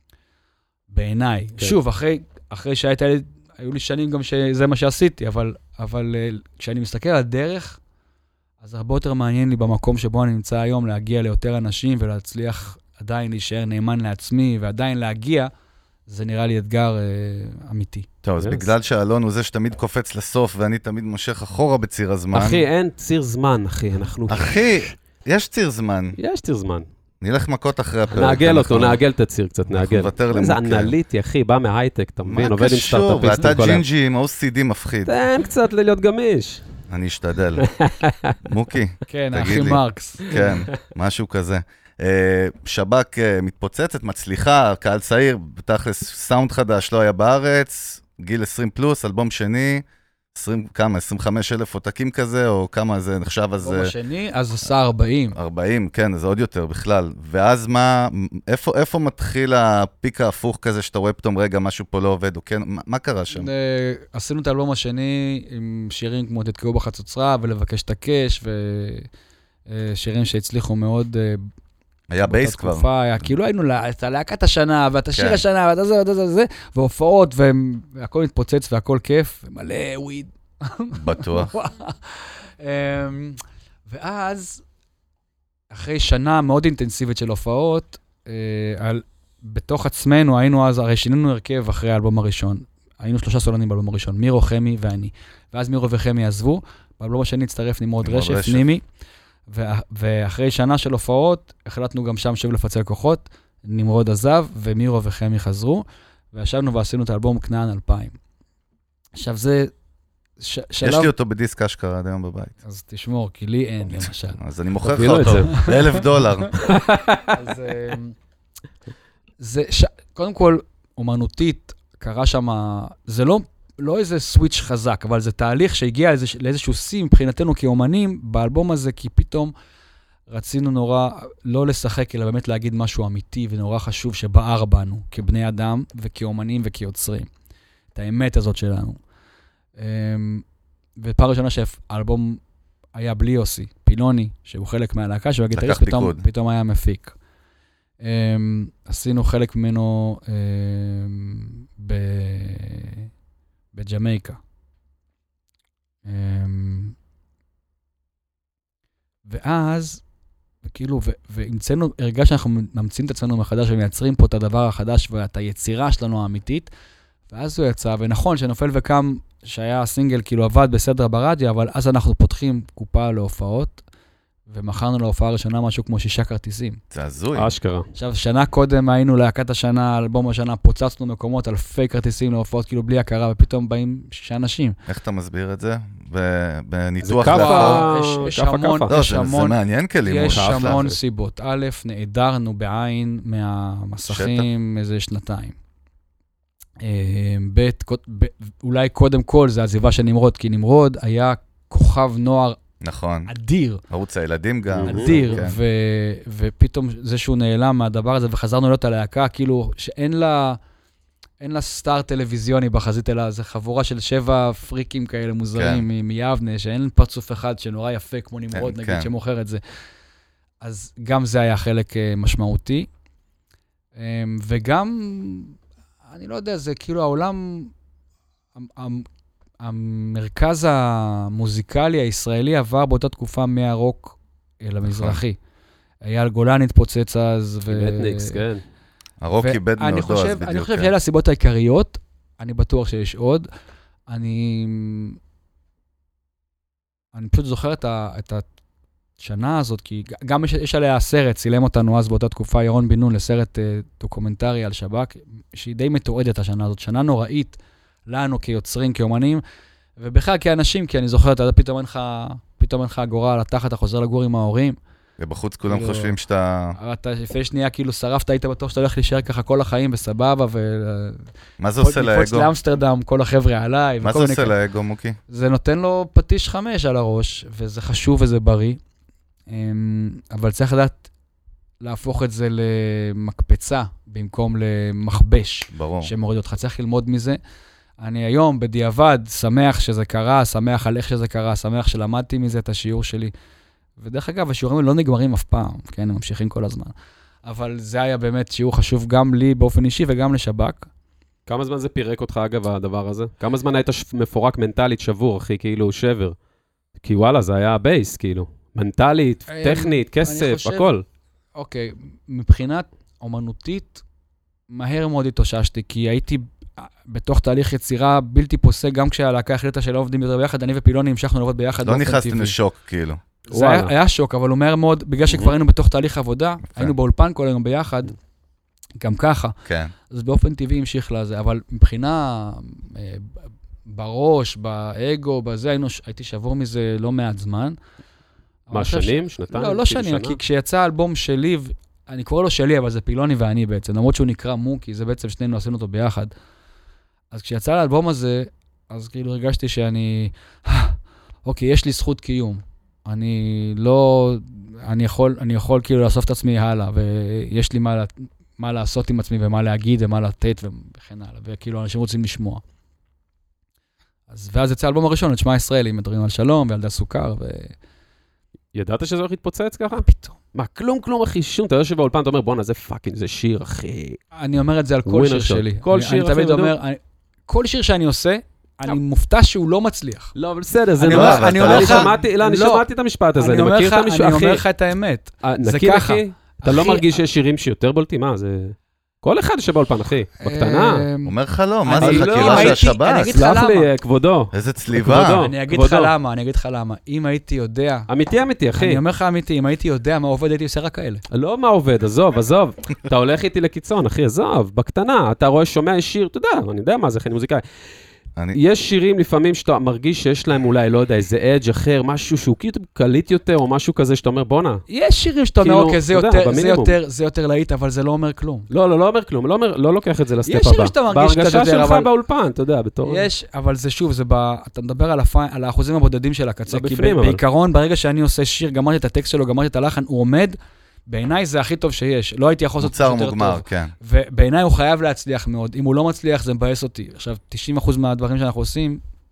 בעיניי. כן. שוב, אחרי, אחרי שהייתה לי, היו לי שנים גם שזה מה שעשיתי, אבל, אבל כשאני מסתכל על הדרך, אז הרבה יותר מעניין לי במקום שבו אני נמצא היום להגיע ליותר אנשים ולהצליח עדיין להישאר נאמן לעצמי ועדיין להגיע, זה נראה לי אתגר אה, אמיתי. טוב, אז בגלל שאלון הוא זה שתמיד קופץ לסוף ואני תמיד מושך אחורה בציר הזמן. אחי, אין ציר זמן, אחי, אנחנו... אחי, יש ציר זמן. יש ציר זמן. נלך מכות אחרי הפרק. נעגל אותו, נעגל את הציר קצת, נעגל. זה אנליטי, אחי, בא מההייטק, אתה מבין, עובד עם סטארט-אפיסטים. מה קשור? ואתה ג'ינג'י עם או סי די מפחיד. תן קצת להיות גמיש. אני אשתדל. מוקי, כן, אחי מרקס. כן, משהו כזה. שב"כ מתפוצצת, מצליחה, קהל צעיר, בתכלס סאונד חדש, לא היה בארץ, גיל עשרים פלוס, אלבום שני, עשרים, כמה, עשרים וחמישה אלף עותקים כזה, או כמה זה נחשב, אז... אלבום השני, אז עשה ארבעים. ארבעים, כן, זה עוד יותר בכלל. ואז מה, איפה, איפה מתחיל הפיק ההפוך כזה, שאתה רואה פתאום רגע, משהו פה לא עובד, או כן, מה, מה קרה שם? עשינו את האלבום השני, עם שירים כמו תתקעו בחצוצרה, ולבקש את הקש, ושירים שהצליחו מאוד... היה בייס כבר. היה, כאילו היינו את הלהקת השנה, ואת השיר השנה, ואת זה, ואת זה, ואת זה, והופעות, והכל מתפוצץ, והכל כיף, ומלא וויד. בטוח. ואז, אחרי שנה מאוד אינטנסיבית של הופעות, בתוך עצמנו, היינו אז, הרי שינינו הרכב אחרי האלבום הראשון. היינו שלושה סולנים באלבום הראשון, מירו, חמי ואני. ואז מירו וחמי עזבו, באלבום השני הצטרף נמרוד רשף, נימי. ואחרי שנה של הופעות, החלטנו גם שם שוב לפצל כוחות, נמרוד עזב, ומירו וחמי חזרו, וישבנו ועשינו את האלבום כנען אלפיים. עכשיו זה ש- שלב... יש לי אותו בדיסק אשכרה עד היום בבית. אז תשמור, כי לי אין, למשל. אז אני מוכר לך אותו, אלף דולר. אז זה, ש... קודם כל, אומנותית, קרה שם, זה לא... לא איזה סוויץ' חזק, אבל זה תהליך שהגיע לאיזשהו סי מבחינתנו כאומנים באלבום הזה, כי פתאום רצינו נורא לא לשחק, אלא באמת להגיד משהו אמיתי ונורא חשוב שבער בנו, כבני אדם וכאומנים וכיוצרים. את האמת הזאת שלנו. ופעם ראשונה שהאלבום היה בלי יוסי, פילוני, שהוא חלק מהלהקה, שהוא הגיטריסט, פתאום, פתאום היה מפיק. Um, עשינו חלק ממנו um, ב... בג'מייקה. Um, ואז, וכאילו, והמצאנו, הרגע שאנחנו ממציאים את עצמנו מחדש, ומייצרים פה את הדבר החדש, ואת היצירה שלנו האמיתית, ואז הוא יצא, ונכון שנופל וקם, שהיה סינגל, כאילו עבד בסדר ברדיו, אבל אז אנחנו פותחים קופה להופעות, ומכרנו להופעה ראשונה משהו כמו שישה כרטיסים. זה הזוי. אשכרה. עכשיו, שנה קודם היינו להקת השנה, אלבום השנה, פוצצנו מקומות, אלפי כרטיסים להופעות, כאילו בלי הכרה, ופתאום באים שישה אנשים. איך אתה מסביר את זה? בניתוח זה כפה, יש המון, לא, זה, זה מעניין כלימוד. יש המון סיבות. א', נעדרנו בעין מהמסכים איזה שנתיים. ב', אולי קודם כל זה עזיבה של נמרוד, כי נמרוד היה כוכב נוער נכון. אדיר. ערוץ הילדים גם. אדיר, כן. ו, ופתאום זה שהוא נעלם מהדבר הזה, וחזרנו להיות הלהקה, כאילו שאין לה, אין לה סטאר טלוויזיוני בחזית, אלא זה חבורה של שבע פריקים כאלה מוזרים כן. מיבנה, שאין פרצוף אחד שנורא יפה, כמו נמרוד, כן, נגיד, כן. שמוכר את זה. אז גם זה היה חלק משמעותי. וגם, אני לא יודע, זה כאילו העולם... המרכז המוזיקלי הישראלי עבר באותה תקופה מהרוק אל המזרחי. אייל גולן התפוצץ אז. בטניקס, כן. הרוק איבד מאוד, אז בדיוק. אני חושב שאלה הסיבות העיקריות, אני בטוח שיש עוד. אני אני פשוט זוכר את השנה הזאת, כי גם יש עליה סרט, צילם אותנו אז באותה תקופה, ירון בן נון, לסרט דוקומנטרי על שב"כ, שהיא די מתועדת השנה הזאת, שנה נוראית, לנו כיוצרים, כאומנים, ובכלל כאנשים, כי אני זוכר, אתה יודע, פתאום אין לך, פתאום אין לך אגורה על התחת, אתה חוזר לגור עם ההורים. ובחוץ כולם חושבים שאתה... אתה לפני שנייה כאילו שרפת, היית בטוח שאתה הולך להישאר ככה כל החיים בסבבה, ו... מה זה עושה לאגו? נקפוץ לאמסטרדם, כל החבר'ה עליי. מה זה עושה לאגו, מוקי? זה נותן לו פטיש חמש על הראש, וזה חשוב וזה בריא, אבל צריך לדעת להפוך את זה למקפצה, במקום למחבש. ברור. שמוריד אותך. צריך ללמוד מזה. אני היום בדיעבד שמח שזה קרה, שמח על איך שזה קרה, שמח שלמדתי מזה את השיעור שלי. ודרך אגב, השיעורים לא נגמרים אף פעם, כן, הם ממשיכים כל הזמן. אבל זה היה באמת שיעור חשוב גם לי באופן אישי וגם לשב"כ. כמה זמן זה פירק אותך, אגב, הדבר הזה? כמה זמן היית מפורק מנטלית שבור, אחי, כאילו שבר? כי וואלה, זה היה הבייס, כאילו. מנטלית, טכנית, כסף, הכל. אוקיי, מבחינת אומנותית, מהר מאוד התאוששתי, כי הייתי בתוך תהליך יצירה בלתי פוסק, גם כשהלהקה החליטה שלא עובדים יותר ביחד, אני ופילוני המשכנו לעבוד ביחד. לא נכנסתם לשוק, כאילו. זה היה, היה שוק, אבל הוא מהר מאוד, בגלל שכבר היינו בתוך תהליך עבודה, היינו באולפן כל היום ביחד, גם ככה. כן. אז באופן טבעי המשיך לזה, אבל מבחינה בראש, באגו, בזה, היינו, הייתי שבור מזה לא מעט זמן. מה, שנים? שנתיים? לא, לא שנים, כי כשיצא האלבום שלי, אני קורא לו שלי, אבל זה פילוני ואני בעצם, למרות שהוא נקרא מוקי, זה בעצם שנינו עשינו אותו ביחד. אז כשיצא האלבום הזה, אז כאילו הרגשתי שאני, אוקיי, יש לי זכות קיום. אני לא, אני יכול, אני יכול כאילו לאסוף את עצמי הלאה, ויש לי מה, מה לעשות עם עצמי, ומה להגיד, ומה לתת, וכן הלאה, וכאילו אנשים רוצים לשמוע. אז ואז יצא האלבום הראשון, את שמע ישראלי, מדברים על שלום, וילדה סוכר, ו... ידעת שזה הולך להתפוצץ ככה? פתאום. מה, כלום, כלום, אחי, שום, אתה יושב באולפן, אתה אומר, בואנה, זה פאקינג, זה שיר, אחי. אני אומר את זה על כל שיר שלי. כל שיר, אחי, אני תמיד אומר, כל שיר שאני עושה, אני מופתע שהוא לא מצליח. לא, אבל בסדר, זה לא... אני אומר לך... לא, אני שמעתי את המשפט הזה, אני מכיר את המשפט, אני אומר לך את האמת. זה ככה. אתה לא מרגיש שיש שירים שיותר בולטים? מה, זה... כל אחד שבאולפן, אחי, בקטנה. אומר לך לא, מה זה חקירה של השב"ס? סלח לי, כבודו. איזה צליבה. אני אגיד לך למה, אני אגיד לך למה. אם הייתי יודע... אמיתי, אמיתי, אחי. אני אומר לך אמיתי, אם הייתי יודע מה עובד, הייתי עושה רק כאלה. לא מה עובד, עזוב, עזוב. אתה הולך איתי לקיצון, אחי, עזוב, בקטנה. אתה רואה, שומע שיר, אתה יודע, אני יודע מה זה, אני מוזיקאי. יש שירים לפעמים שאתה מרגיש שיש להם אולי, לא יודע, איזה אדג' אחר, משהו שהוא כאילו קליט יותר, או משהו כזה שאתה אומר, בונה. יש שירים שאתה אומר, אוקיי, זה יותר להיט, אבל זה לא אומר כלום. לא, לא, לא אומר כלום, לא לוקח את זה לסטפ הבא. יש שירים שאתה מרגיש שאתה יודע, אבל... בהרגשה שלך באולפן, אתה יודע, בתור... יש, אבל זה שוב, אתה מדבר על האחוזים הבודדים של הקצה, כי בעיקרון, ברגע שאני עושה שיר, גמרתי את הטקסט שלו, גמרתי את הלחן, הוא עומד, בעיניי זה הכי טוב שיש. לא הייתי יכול לעשות יותר טוב. כן. ובעיניי הוא חייב להצליח מאוד. אם הוא לא מצליח, זה מבאס אותי. עכשיו, תשעים אחוז מהדברים שאנחנו עושים,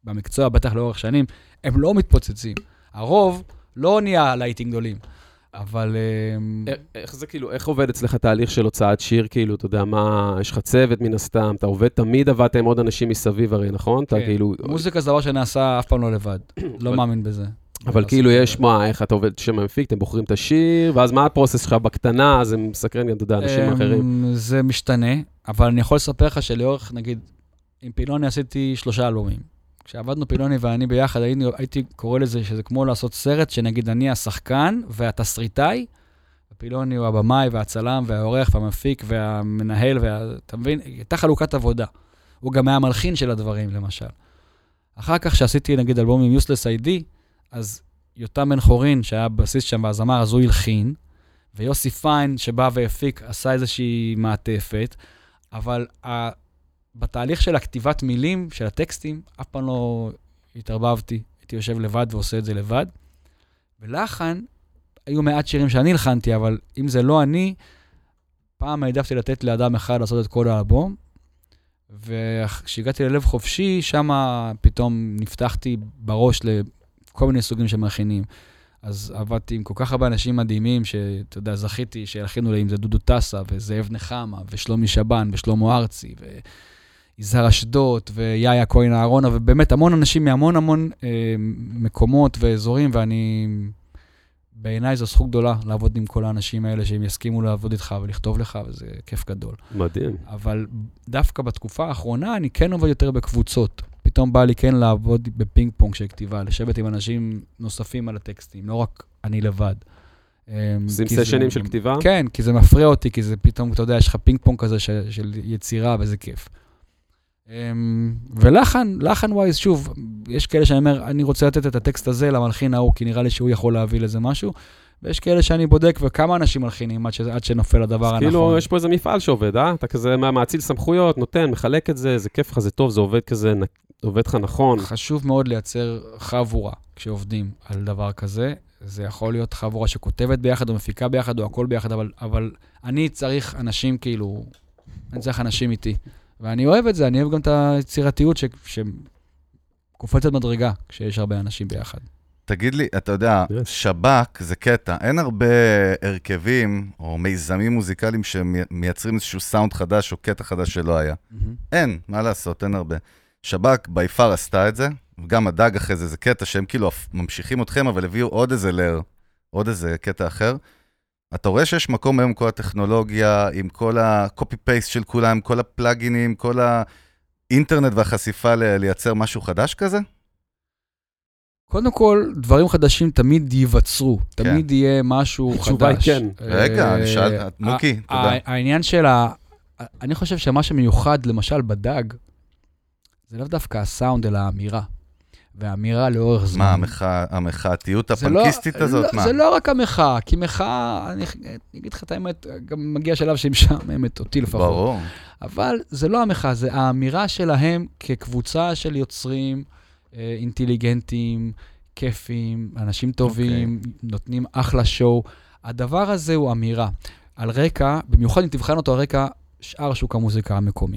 במקצוע, בטח לאורך שנים, הם לא מתפוצצים. הרוב לא נהיה להיטים גדולים, אבל... איך זה כאילו, איך עובד אצלך תהליך של הוצאת שיר, כאילו, אתה יודע מה, יש לך צוות מן הסתם, אתה עובד תמיד, עבדת עם עוד אנשים מסביב הרי, נכון? אתה כאילו... מוזיקה זה דבר שנעשה אף פעם לא לבד, לא מאמין בזה. אבל כאילו יש, מה, איך אתה עובד שם המפיק, אתם בוחרים את השיר, ואז מה הפרוסס שלך בקטנה, אז הם מסקרן גם, אתה יודע, אנשים אחרים. זה משתנה, אבל אני יכול לספר לך שלאורך, נגיד, עם פילוני עשיתי שלושה אלבומים. כשעבדנו פילוני ואני ביחד, הייתי קורא לזה שזה כמו לעשות סרט, שנגיד אני השחקן והתסריטאי, הפילוני הוא הבמאי והצלם והעורך והמפיק והמנהל, אתה מבין? הייתה חלוקת עבודה. הוא גם היה מלחין של הדברים, למשל. אחר כך שעשיתי, נגיד, אלבום עם יוסלס איי די, אז יותם בן חורין, שהיה בסיס שם והזמר, אז הוא הלחין, ויוסי פיין, שבא והפיק, עשה איזושהי מעטפת, אבל ה... בתהליך של הכתיבת מילים, של הטקסטים, אף פעם לא התערבבתי, הייתי יושב לבד ועושה את זה לבד. ולחן, היו מעט שירים שאני הלחנתי, אבל אם זה לא אני, פעם העדפתי לתת לאדם אחד לעשות את כל האלבום, וכשהגעתי ללב חופשי, שם פתאום נפתחתי בראש לכל מיני סוגים של מכינים. אז עבדתי עם כל כך הרבה אנשים מדהימים, שאתה יודע, זכיתי שהלחינו לי, אם זה דודו טסה, וזאב נחמה, ושלומי שבן, ושלמה ארצי, ויזהר אשדות, ויאיה כהן אהרונה, ובאמת המון אנשים מהמון המון אה, מקומות ואזורים, ואני, בעיניי זו זכות גדולה לעבוד עם כל האנשים האלה, שהם יסכימו לעבוד איתך ולכתוב לך, וזה כיף גדול. מדהים. אבל דווקא בתקופה האחרונה, אני כן עובד יותר בקבוצות. פתאום בא לי כן לעבוד בפינג פונג של כתיבה, לשבת עם אנשים נוספים על הטקסטים, לא רק אני לבד. עושים סשנים של כתיבה? כן, כי זה מפריע אותי, כי זה פתאום, אתה יודע, יש לך פינג פונג כזה של יצירה, וזה כיף. ולחן, לחן ווייז, שוב, יש כאלה שאני אומר, אני רוצה לתת את הטקסט הזה למלחין ההוא, כי נראה לי שהוא יכול להביא לזה משהו, ויש כאלה שאני בודק, וכמה אנשים מלחינים עד, ש... עד שנופל הדבר הנכון. כאילו, יש פה איזה מפעל שעובד, אה? אתה כזה מאציל סמכויות, נותן, מחלק את זה, זה כיף לך, זה טוב, זה עובד כזה, עובד לך נכון. חשוב מאוד לייצר חבורה כשעובדים על דבר כזה. זה יכול להיות חבורה שכותבת ביחד, או מפיקה ביחד, או הכל ביחד, אבל, אבל אני צריך אנשים כאילו, אני צריך אנשים איתי. ואני אוהב את זה, אני אוהב גם את היצירתיות ש... שקופצת מדרגה כשיש הרבה אנשים ביחד. תגיד לי, אתה יודע, yes. שבק זה קטע, אין הרבה הרכבים או מיזמים מוזיקליים שמייצרים איזשהו סאונד חדש או קטע חדש שלא היה. Mm-hmm. אין, מה לעשות, אין הרבה. שבק ביפר עשתה את זה, וגם הדג אחרי זה, זה קטע שהם כאילו ממשיכים אתכם, אבל הביאו עוד איזה לר, עוד איזה קטע אחר. אתה רואה שיש מקום היום עם כל הטכנולוגיה, עם כל הקופי-פייסט של כולם, עם כל הפלאגינים, כל האינטרנט והחשיפה לייצר משהו חדש כזה? קודם כל, דברים חדשים תמיד ייווצרו, תמיד יהיה משהו חדש. כן. רגע, אני שאל, מוקי, תודה. העניין של ה... אני חושב שמה שמיוחד, למשל בדג, זה לא דווקא הסאונד, אלא האמירה. והאמירה לאורך זמן. מה, המחאתיות הפנקיסטית הזאת? זה לא רק המחאה, כי מחאה, אני אגיד לך את האמת, גם מגיע שלב שהיא משעממת אותי לפחות. ברור. אבל זה לא המחאה, זה האמירה שלהם כקבוצה של יוצרים, אינטליגנטים, כיפים, אנשים טובים, okay. נותנים אחלה שואו. הדבר הזה הוא אמירה. על רקע, במיוחד אם תבחן אותו על רקע שאר שוק המוזיקה המקומי,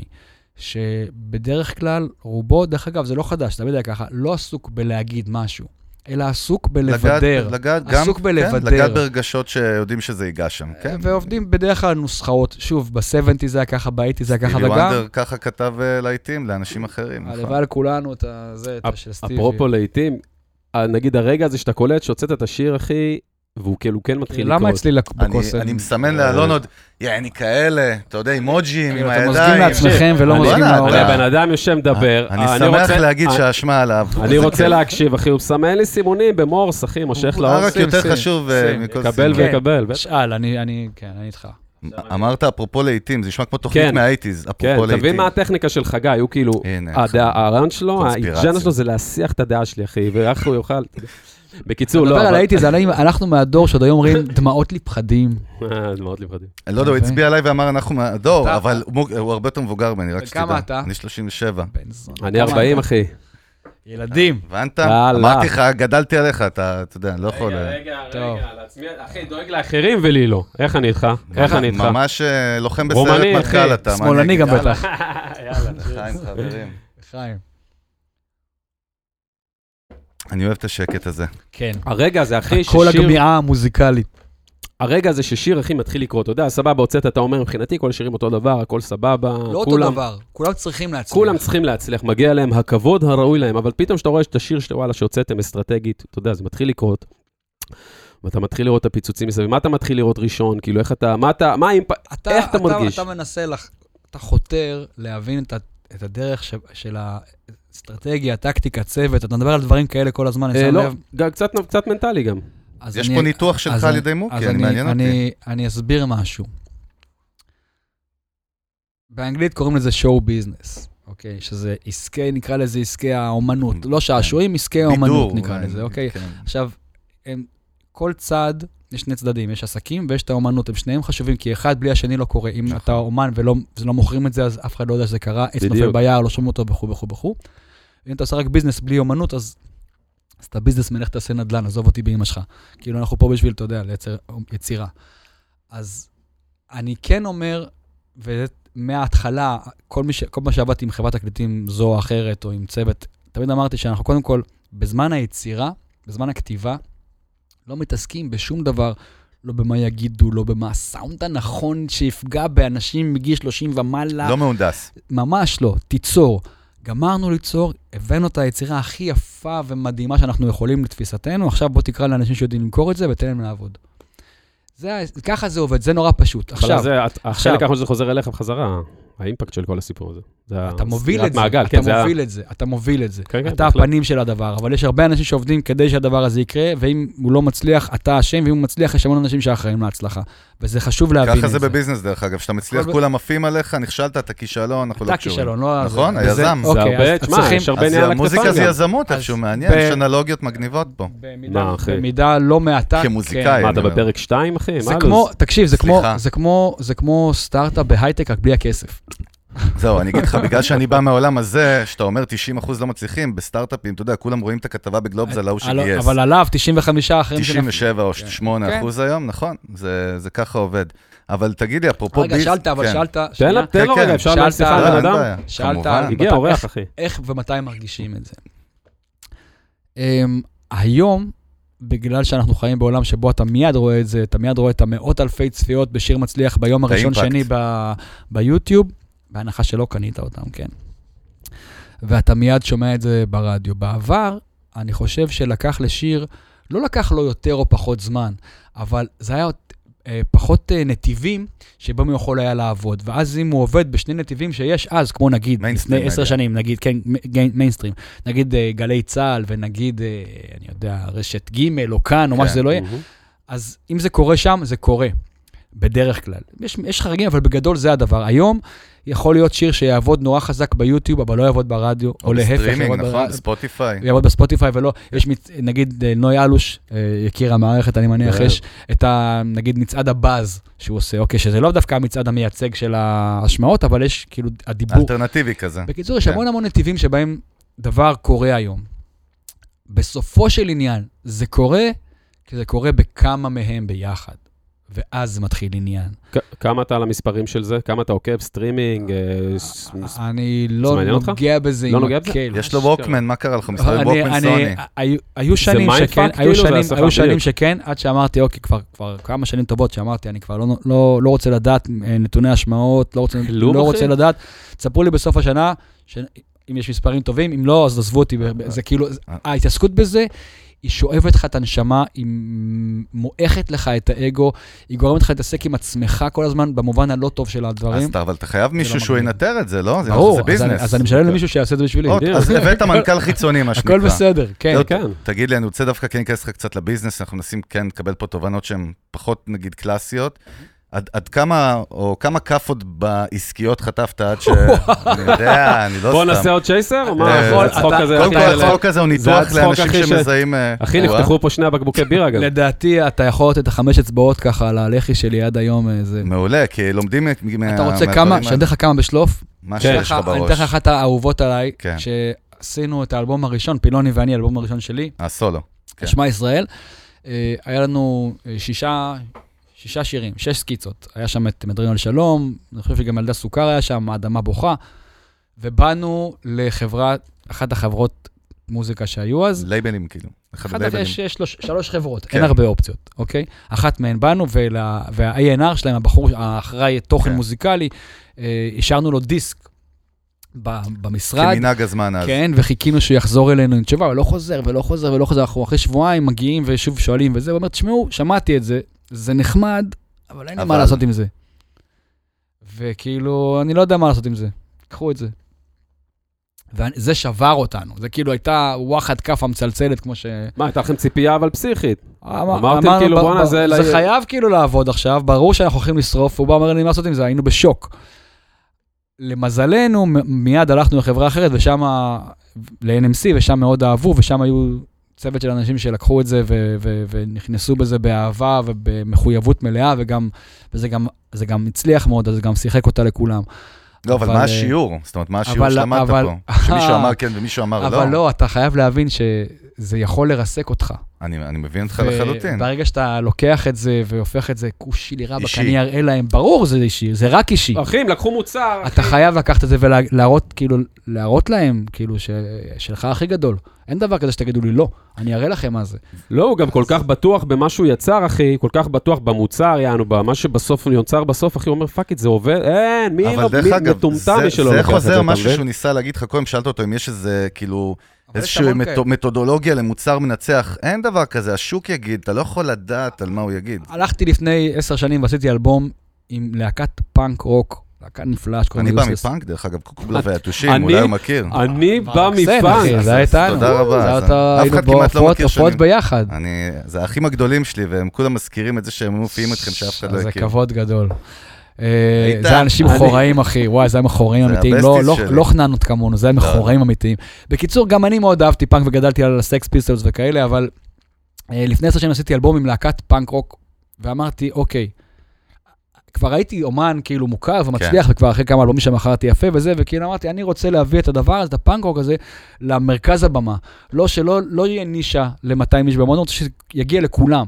שבדרך כלל רובו, דרך אגב, זה לא חדש, תמיד היה ככה, לא עסוק בלהגיד משהו, אלא עסוק בלבדר. לגד, עסוק גם, בלבדר. כן, לגד ברגשות שיודעים שזה ייגש שם, כן. ועובדים בדרך כלל נוסחאות, שוב, ב-שבעים זה היה ככה, ב-שמונים זה היה ככה, וגם... סטיבי וונדר ככה כתב לעיתים לאנשים אחרים. הלוואי על כולנו את זה, את של סטיבי. אפרופו לעיתים, נגיד הרגע הזה שאתה קולט, שהוצאת את השיר, אחי, והוא כאילו כן מתחיל לקרות. למה אצלי בקוסם? אני מסמן לאלון עוד, יעני כאלה, אתה יודע, אימוג'ים, עם הידיים. אתם מוזגים לעצמכם ולא מוזגים לעולם. בן אדם יושב מדבר. אני שמח להגיד שהאשמה עליו. אני רוצה להקשיב, אחי, הוא מסמן לי סימונים במורס, אחי, מושך לאור. רק יותר חשוב מכל סימון. קבל וקבל. שאל, אני, כן, אני איתך. אמרת אפרופו לעיתים, זה נשמע כמו תוכנית מה-שמונים, כן, תבין מה הטכניקה של חגי, הוא כאילו, הרעיון שלו, האג'נדה שלו זה להסיח את הדעה שלי, אחי, ואיך הוא יוכל... בקיצור, לא. נדבר על האיטיז, אנחנו מהדור שעוד היום אומרים דמעות לי פחדים. דמעות לי פחדים. אני לא יודע, הוא הצביע עליי ואמר אנחנו מהדור, אבל הוא הרבה יותר מבוגר ממני, רק שתדע. וכמה אתה? אני שלושים ושבע. אני ארבעים, אחי. ילדים. הבנת? אמרתי לך, גדלתי עליך, אתה יודע, לא יכול... רגע, רגע, רגע, לעצמי, אחי, דואג לאחרים ולי לא. איך אני איתך? איך אני איתך? ממש לוחם בסרט מטכ"ל אתה. רומני, אחי. שמאלני גם בטח. חיים, חברים. חיים. אני אוהב את השקט הזה. כן. הרגע הזה, אחי, ששיר... כל הגמיעה המוזיקלית. הרגע הזה ששיר, אחי, מתחיל לקרות. אתה יודע, סבבה, הוצאת, אתה אומר, מבחינתי, כל שירים אותו דבר, הכל סבבה. לא אותו דבר, כולם צריכים להצליח. כולם צריכים להצליח, מגיע להם הכבוד הראוי להם, אבל פתאום שאתה רואה את השיר שאתה, וואלה, שהוצאתם אסטרטגית, אתה יודע, זה מתחיל לקרות. ואתה מתחיל לראות את הפיצוצים מסביב. מה אתה מתחיל לראות ראשון? כאילו, איך אתה, מה אתה, מה, איך אתה מרגיש? אתה מנסה, אתה חותר להבין את הדרך של האסטרטגיה, הטקטיקה, צוות, אתה מדבר על דברים כאלה כל הזמן, אני שם לב. קצת מנטלי גם. יש פה ניתוח שלך על ידי מוקי, אני מעניין אותי. אני אסביר משהו. באנגלית קוראים לזה show business, אוקיי? שזה עסקי, נקרא לזה עסקי האומנות. לא שעשועים, עסקי האומנות נקרא לזה, אוקיי? עכשיו, כל צד, יש שני צדדים, יש עסקים ויש את האומנות, הם שניהם חשובים, כי אחד בלי השני לא קורה. אם אתה אומן ולא מוכרים את זה, אז אף אחד לא יודע שזה קרה, עץ נופל ביער, לא שומעים אותו וכו' וכו' וכו'. אם אתה עושה רק ביזנס בלי אומנות, אז אז אתה ביזנס מלך תעשה נדל"ן, עזוב אותי באמא שלך. כאילו אנחנו פה בשביל, אתה יודע, לייצר יצירה. אז אני כן אומר, ומההתחלה, כל, ש... כל מה שעבדתי עם חברת תקליטים זו או אחרת, או עם צוות, תמיד אמרתי שאנחנו קודם כל, בזמן היצירה, בזמן הכתיבה, לא מתעסקים בשום דבר, לא במה יגידו, לא במה הסאונד הנכון שיפגע באנשים מגיל שלושים ומעלה. לא מהונדס. ממש לא, תיצור. גמרנו ליצור, הבאנו את היצירה הכי יפה ומדהימה שאנחנו יכולים לתפיסתנו, עכשיו בוא תקרא לאנשים שיודעים למכור את זה ותן להם לעבוד. זה, ככה זה עובד, זה נורא פשוט. עכשיו, זה, החלק האחרון שזה חוזר אליך בחזרה, האימפקט של כל הסיפור הזה. אתה מוביל את זה, אתה מוביל את זה, אתה מוביל את זה. אתה הפנים של הדבר, אבל יש הרבה אנשים שעובדים כדי שהדבר הזה יקרה, ואם הוא לא מצליח, אתה אשם, ואם הוא מצליח, יש המון אנשים שאחראים להצלחה. וזה חשוב להבין את זה. ככה זה בביזנס דרך אגב, שאתה מצליח, כולם עפים עליך, נכשלת, אתה כישלון, אנחנו לא קשורים. נכון? היזם. זה הרבה, תשמע, יש הרבה נהיה לכתפיים. המוזיקה זה יזמות, איפשהו מעניין, יש אנלוגיות מגניבות פה. במידה לא מעטה. כמוזיקאי. מה, אתה בפרק שתיים, אחי? תקשיב, זה כמו סטארט-אפ בהייטק, רק בלי הכסף. זהו, אני אגיד לך, בגלל שאני בא מהעולם הזה, שאתה אומר תשעים אחוז לא מצליחים, בסטארט-אפים, אתה יודע, כולם רואים את הכתבה בגלובס על ההוא שגייס. אבל עליו תשעים וחמישה אחרים. תשעים ושבע או שמונה אחוז היום, נכון, זה ככה עובד. אבל תגיד לי, אפרופו ביז... רגע, שאלת, אבל שאלת... תן לו רגע, אפשר להצליח על בן אדם? שאלת, הגיע אורח, אחי. איך ומתי מרגישים את זה? היום, בגלל שאנחנו חיים בעולם שבו אתה מיד רואה את זה, אתה מיד רואה את המאות אלפי צפיות בשיר מצליח ביום הראשון שני ביוטיוב, בהנחה שלא קנית אותם, כן. ואתה מיד שומע את זה ברדיו. בעבר, אני חושב שלקח לשיר, לא לקח לו יותר או פחות זמן, אבל זה היה אה, פחות אה, נתיבים שבהם הוא יכול היה לעבוד. ואז אם הוא עובד בשני נתיבים שיש אז, כמו נגיד, לפני עשר שנים, נגיד, כן, מיינסטרים, נגיד אה, גלי צהל, ונגיד, אה, אני יודע, רשת ג' או כאן, או מה שזה לא יהיה, אז אם זה קורה שם, זה קורה. בדרך כלל. יש, יש חריגים, אבל בגדול זה הדבר. היום יכול להיות שיר שיעבוד נורא חזק ביוטיוב, אבל לא יעבוד ברדיו, או, או להפך. בסטרימינג, נכון? ספוטיפיי. יעבוד בספוטיפיי, ולא, יש נגיד נוי אלוש, יכיר המערכת, אני מניח, יש את ה, נגיד מצעד הבאז שהוא עושה, אוקיי, שזה לא דווקא מצעד המייצג של ההשמעות, אבל יש כאילו הדיבור. אלטרנטיבי כזה. בקיצור, יש המון המון נתיבים שבהם דבר קורה היום. בסופו של עניין, זה קורה, כי זה קורה בכמה מהם ביחד. ואז זה מתחיל עניין. כמה אתה על המספרים של זה? כמה אתה עוקב? סטרימינג? אני לא נוגע בזה. לא נוגע בזה? יש לו ווקמן, מה קרה לך? מסתובב ווקמן סוני. היו שנים שכן, היו שנים שכן, עד שאמרתי, אוקיי, כבר כמה שנים טובות שאמרתי, אני כבר לא רוצה לדעת נתוני השמעות, לא רוצה לדעת. תספרו לי בסוף השנה, אם יש מספרים טובים, אם לא, אז עזבו אותי. זה כאילו, ההתעסקות בזה, היא שואבת לך את הנשמה, היא מועכת לך את האגו, היא גורמת לך להתעסק עם עצמך כל הזמן, במובן הלא טוב של הדברים. אז אבל אתה חייב מישהו שהוא ינטר את זה, לא? ברור, אז אני משלם למישהו שיעשה את זה בשבילי. אז הבאת מנכ"ל חיצוני, מה שנקרא. הכל בסדר, כן. תגיד לי, אני רוצה דווקא כן להיכנס לך קצת לביזנס, אנחנו מנסים כן לקבל פה תובנות שהן פחות, נגיד, קלאסיות. עד, עד כמה, או כמה כפות בעסקיות חטפת עד ש... אני יודע, אני לא סתם. בוא נעשה עוד צ'ייסר, או מה? קודם כל, הצחוק הזה הוא ניתוח לאנשים שמזהים... אחי, נפתחו פה שני הבקבוקי בירה גם. לדעתי, אתה יכול לתת את החמש אצבעות ככה על הלחי שלי עד היום. מעולה, כי לומדים מה... אתה רוצה כמה, שאני אתן לך כמה בשלוף? מה שיש לך בראש. אני אתן לך אחת האהובות עליי, שעשינו את האלבום הראשון, פילוני ואני, האלבום הראשון שלי. הסולו. שמע ישראל. היה לנו שישה... שישה שירים, שש סקיצות. היה שם את מדברים על שלום, אני חושב שגם ילדה סוכר היה שם, האדמה בוכה, ובאנו לחברה, אחת החברות מוזיקה שהיו אז. לייבלים כאילו. אחד יש, יש לו שלוש חברות, כן. אין הרבה אופציות, אוקיי? אחת מהן באנו, וה-איי אן אר שלהם, הבחור האחראי תוכן כן. מוזיקלי, אה, השארנו לו דיסק במשרד. כמנהג הזמן אז. כן, וחיכינו שהוא יחזור אלינו עם תשובה, ולא חוזר, ולא חוזר, ולא חוזר. אנחנו אחרי שבועיים מגיעים ושוב שואלים וזה, הוא אומר, תשמעו, שמעתי את זה, זה נחמד, אבל אין לי מה לעשות עם זה. וכאילו, אני לא יודע מה לעשות עם זה. קחו את זה. וזה שבר אותנו. זה כאילו הייתה וואחד כף המצלצלת, כמו ש... מה, הייתה לכם ציפייה אבל פסיכית? אמרתם כאילו, בואנה, זה... זה חייב כאילו לעבוד עכשיו, ברור שאנחנו הולכים לשרוף, הוא בא אומר לי מה לעשות עם זה, היינו בשוק. למזלנו, מיד הלכנו לחברה אחרת, ושם, ל-אן אם סי, ושם מאוד אהבו, ושם היו צוות של אנשים שלקחו את זה, ו- ו- ונכנסו בזה באהבה, ובמחויבות מלאה, וגם, וזה גם, זה גם הצליח מאוד, אז זה גם שיחק אותה לכולם. לא, אבל מה השיעור? זאת אומרת, מה השיעור שלמדת פה? שמישהו אמר כן ומישהו אמר לא? אבל לא, אתה חייב להבין שזה יכול לרסק אותך. אני מבין אותך לחלוטין. ברגע שאתה לוקח את זה והופך את זה כושי לירה בקני אראה להם, ברור זה אישי, זה רק אישי. אחים, לקחו מוצר. אתה חייב לקחת את זה ולהראות, כאילו, להראות להם, כאילו, שלך הכי גדול. אין דבר כזה שתגידו לי, לא, אני אראה לכם מה זה. לא, הוא גם כל כך בטוח במה שהוא יצר, אחי, כל כך בטוח במוצר, יענו, במה שבסוף הוא יוצר בסוף, אחי, הוא אומר, פאק את זה עובד, אין, מי מטומטם מי שלא לוקח את זה. זה חוזר משהו שהוא ניסה להגיד לך, קודם שאלת אותו אם יש איזה, כאילו, איזושהי מתודולוגיה למוצר מנצח, אין דבר כזה, השוק יגיד, אתה לא יכול לדעת על מה הוא יגיד. הלכתי לפני עשר שנים ועשיתי אלבום עם להקת פאנק רוק, להקת נפלאה. אני בא מפאנק, דרך אגב, קוקובלה והיתושים, אולי הוא מכיר. אני בא מפאנק. זה הייתנו. תודה רבה. אף אחד כמעט לא מכיר שנים. ביחד. זה האחים הגדולים שלי, והם כולם מזכירים את זה שהם מופיעים אתכם שאף אחד לא הכיר. זה כבוד גדול. זה אנשים מחוראים, אחי, וואי, זה מחוראים אמיתיים, לא חננות כמונו, זה מחוראים אמיתיים. בקיצור, גם אני מאוד אהבתי פאנק וגדלתי על הסקס פיסטלס וכאלה, אבל לפני עשר שנים עשיתי אלבום עם להקת פאנק רוק, ואמרתי, אוקיי, כבר הייתי אומן כאילו מוכר ומצליח, וכבר אחרי כמה אלבומים שמכרתי יפה וזה, וכאילו אמרתי, אני רוצה להביא את הדבר הזה, את הפאנק רוק הזה, למרכז הבמה. לא שלא, לא יהיה נישה ל-מאתיים איש במה, אני רוצה שיגיע לכולם.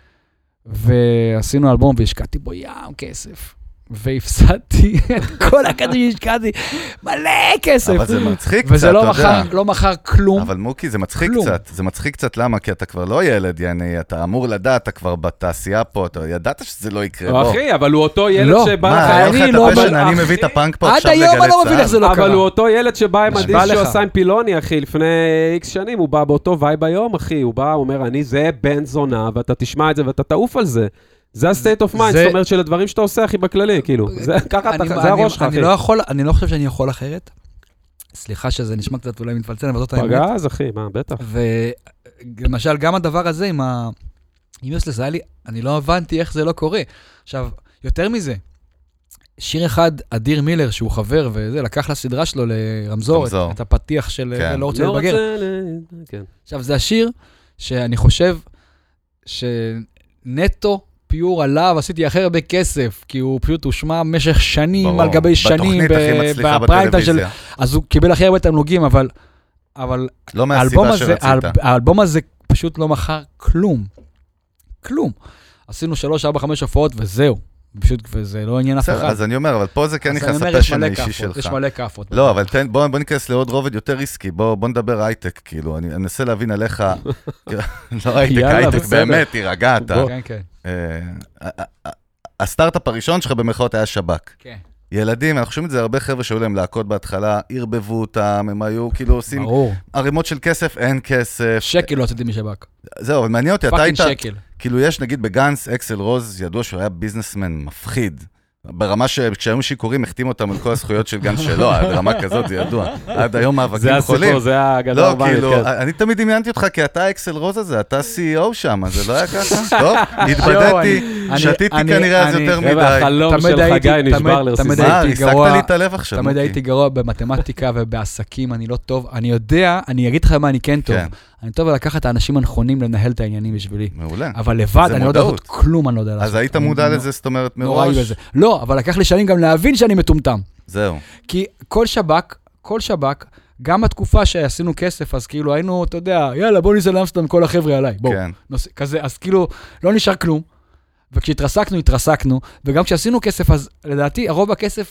ועשינו אלבום והשקעתי בו ים כסף. והפסדתי את כל הכדורים שהשקעתי, מלא כסף. אבל זה מצחיק קצת, וזה לא מחר, לא מחר כלום. אבל מוקי, זה מצחיק קצת. זה מצחיק קצת, למה? כי אתה כבר לא ילד, יעני, אתה אמור לדעת, אתה כבר בתעשייה פה, אתה ידעת שזה לא יקרה בו. אחי, אבל הוא אותו ילד שבא... מה, היה לך את הפשן, אני מביא את הפאנק פה עכשיו לגלי צהל. עד היום אני לא מבין איך זה לא קרה. אבל הוא אותו ילד שבא עם הדיס שהוא עשה עם פילוני, אחי, לפני איקס שנים, הוא בא באותו וייב היום, אחי, הוא בא, הוא אומר, אני זה בן זונה, ואתה תשמע את זה ואתה תעוף על זה. זה ה-state of mind, זאת אומרת של הדברים שאתה עושה, אחי, בכללי, כאילו. זה הראש שלך, אחי. אני לא חושב שאני יכול אחרת. סליחה שזה נשמע קצת אולי מתפלצן, אבל זאת האמת. פגז, אחי, מה, בטח. ולמשל, גם הדבר הזה עם ה... עם יוסלס, היה לי, אני לא הבנתי איך זה לא קורה. עכשיו, יותר מזה, שיר אחד, אדיר מילר, שהוא חבר, וזה, לקח לסדרה שלו לרמזור, את הפתיח של לא רוצה לבגר. עכשיו, זה השיר שאני חושב שנטו, פיור עליו, עשיתי הכי הרבה כסף, כי הוא פשוט הושמע במשך שנים על גבי שנים, בתוכנית הכי מצליחה בטלוויזיה. אז הוא קיבל הכי הרבה תמלוגים, אבל, אבל לא מהסיבה שרצית. האלבום הזה פשוט לא מכר כלום. כלום. עשינו שלוש, ארבע, חמש הופעות וזהו. פשוט, וזה לא עניין אף אחד. אז אני אומר, אבל פה זה כן נכנס הפשן האישי שלך. יש מלא כאפות. לא, אבל בוא ניכנס לעוד רובד יותר ריסקי, בוא נדבר הייטק, כאילו, אני אנסה להבין עליך, לא הייטק, הייטק, באמת, תירגע אתה. כן, כן. הסטארט-אפ הראשון שלך במרכאות היה שב"כ. כן. ילדים, אנחנו חושבים את זה, הרבה חבר'ה שהיו להם להקות בהתחלה, ערבבו אותם, הם היו כאילו עושים ערימות של כסף, אין כסף. שקל לא עשיתי משב"כ. זהו, אבל מעניין אותי, אתה היית... פאקינג שקל. כאילו יש, נגיד בגנץ, אקסל רוז, ידוע שהוא היה ביזנסמן מפחיד. ברמה שכשהיום שיקורים, החתימו אותם על כל הזכויות של גנץ שלו, ברמה כזאת, זה ידוע. עד היום מאבקים חולים. זה הסיפור, זה הגדול. לא, כאילו, אני תמיד דמיינתי אותך, כי אתה אקסל רוז הזה, אתה סי אי או שם, אז זה לא היה ככה? טוב, התבדתי, שתיתי כנראה אז יותר מדי. החלום של חגי נשבר לרסיסה. מה, ריסקת לי את הלב עכשיו. תמיד הייתי גרוע במתמטיקה ובעסקים, אני לא טוב. אני יודע, אני אגיד לך מה אני כן טוב. אני טוב לקחת את האנשים הנכונים לנהל את העניינים בשבילי. מעולה. אבל לבד, אני לא יודע לעשות כלום, אני לא יודע לעשות. אז היית מודע לזה, זאת אומרת, מראש. לא, אבל לקח לי שנים גם להבין שאני מטומטם. זהו. כי כל שב"כ, כל שב"כ, גם בתקופה שעשינו כסף, אז כאילו היינו, אתה יודע, יאללה, בוא ניסה לאמסטרדם כל החבר'ה עליי. בואו. כזה, אז כאילו, לא נשאר כלום. וכשהתרסקנו, התרסקנו. וגם כשעשינו כסף, אז לדעתי, הרוב הכסף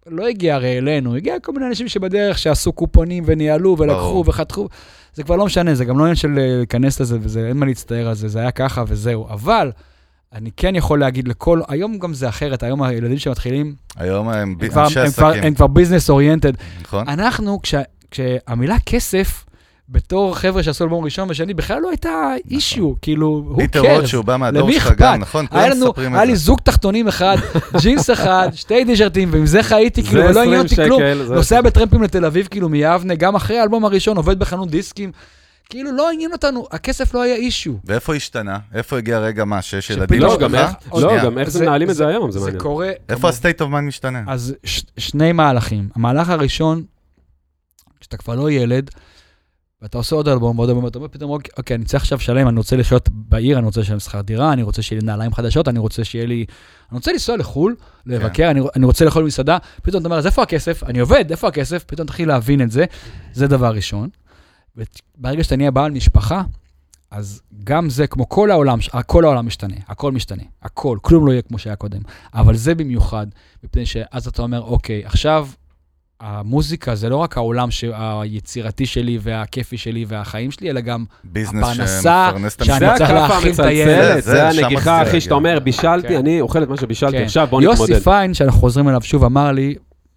לא הגיע הרי אלינו, הגיע כל מיני אנשים שבדרך שעשו קופונים וניהלו ולקחו וחתכו, זה כבר לא משנה, זה גם לא עניין של להיכנס לזה, וזה, אין מה להצטער על זה, זה היה ככה וזהו, אבל אני כן יכול להגיד לכל, היום גם זה אחרת, היום הילדים שמתחילים, היום הם אנשי עסקים. הם כבר ביזנס אוריינטד. נכון. אנחנו, כשהמילה כסף, בתור חבר'ה שעשו אלבום ראשון ושני, בכלל לא הייתה אישיו, כאילו, who פיטר cares? רוט שהוא בא מהדור שלך גם, נכון? היה לנו, היה לי זוג תחתונים אחד, ג'ינס אחד, שתי דיז'רטים, ועם זה חייתי, כאילו, ולא עניין אותי כלום. נוסע בטרמפים לתל אביב, כאילו, מיבנה, גם אחרי האלבום הראשון, עובד בחנות דיסקים, כאילו, לא עניין אותנו, הכסף לא היה אישיו. ואיפה השתנה? איפה הגיע רגע מה, שיש ילדים? לא, גם איך זה מנהלים את זה היום, זה מעניין. איפה ה-state of mind משתנה? אז שני מהלכים. המהלך הראשון, כשאתה כבר לא ילד, ואתה עושה עוד אלבום, ועוד אלבום, ואתה אומר פתאום, אוקיי, אני צריך עכשיו שלם, אני רוצה לחיות בעיר, אני רוצה לשלם שכר דירה, אני רוצה שיהיה לי נעליים חדשות, אני רוצה שיהיה לי... אני רוצה לנסוע לחול, לבקר, אני, אני רוצה לאכול במסעדה, פתאום אתה אומר, אז איפה הכסף? אני עובד, איפה הכסף? פתאום תתחיל להבין את זה. זה דבר ראשון. וברגע שאתה נהיה בעל משפחה, אז גם זה, כמו כל העולם, כל העולם משתנה, הכל משתנה, הכל, כלום לא יהיה כמו שהיה קודם. אבל זה במיוחד, מפני שאז אתה אומר, אוקיי, עכשיו המוזיקה זה לא רק העולם היצירתי שלי והכיפי שלי והחיים שלי, אלא גם הפרנסה שאני צריך להכין את הילד. זה הנגיחה, אחי, שאתה אומר, בישלתי, אני אוכל את מה שבישלתי, עכשיו בוא נתמודד. יוסי פיין, שאנחנו חוזרים אליו שוב, אמר לי,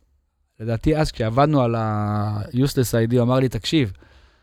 לדעתי אז כשעבדנו על ה-Useless איי די, הוא אמר לי, תקשיב,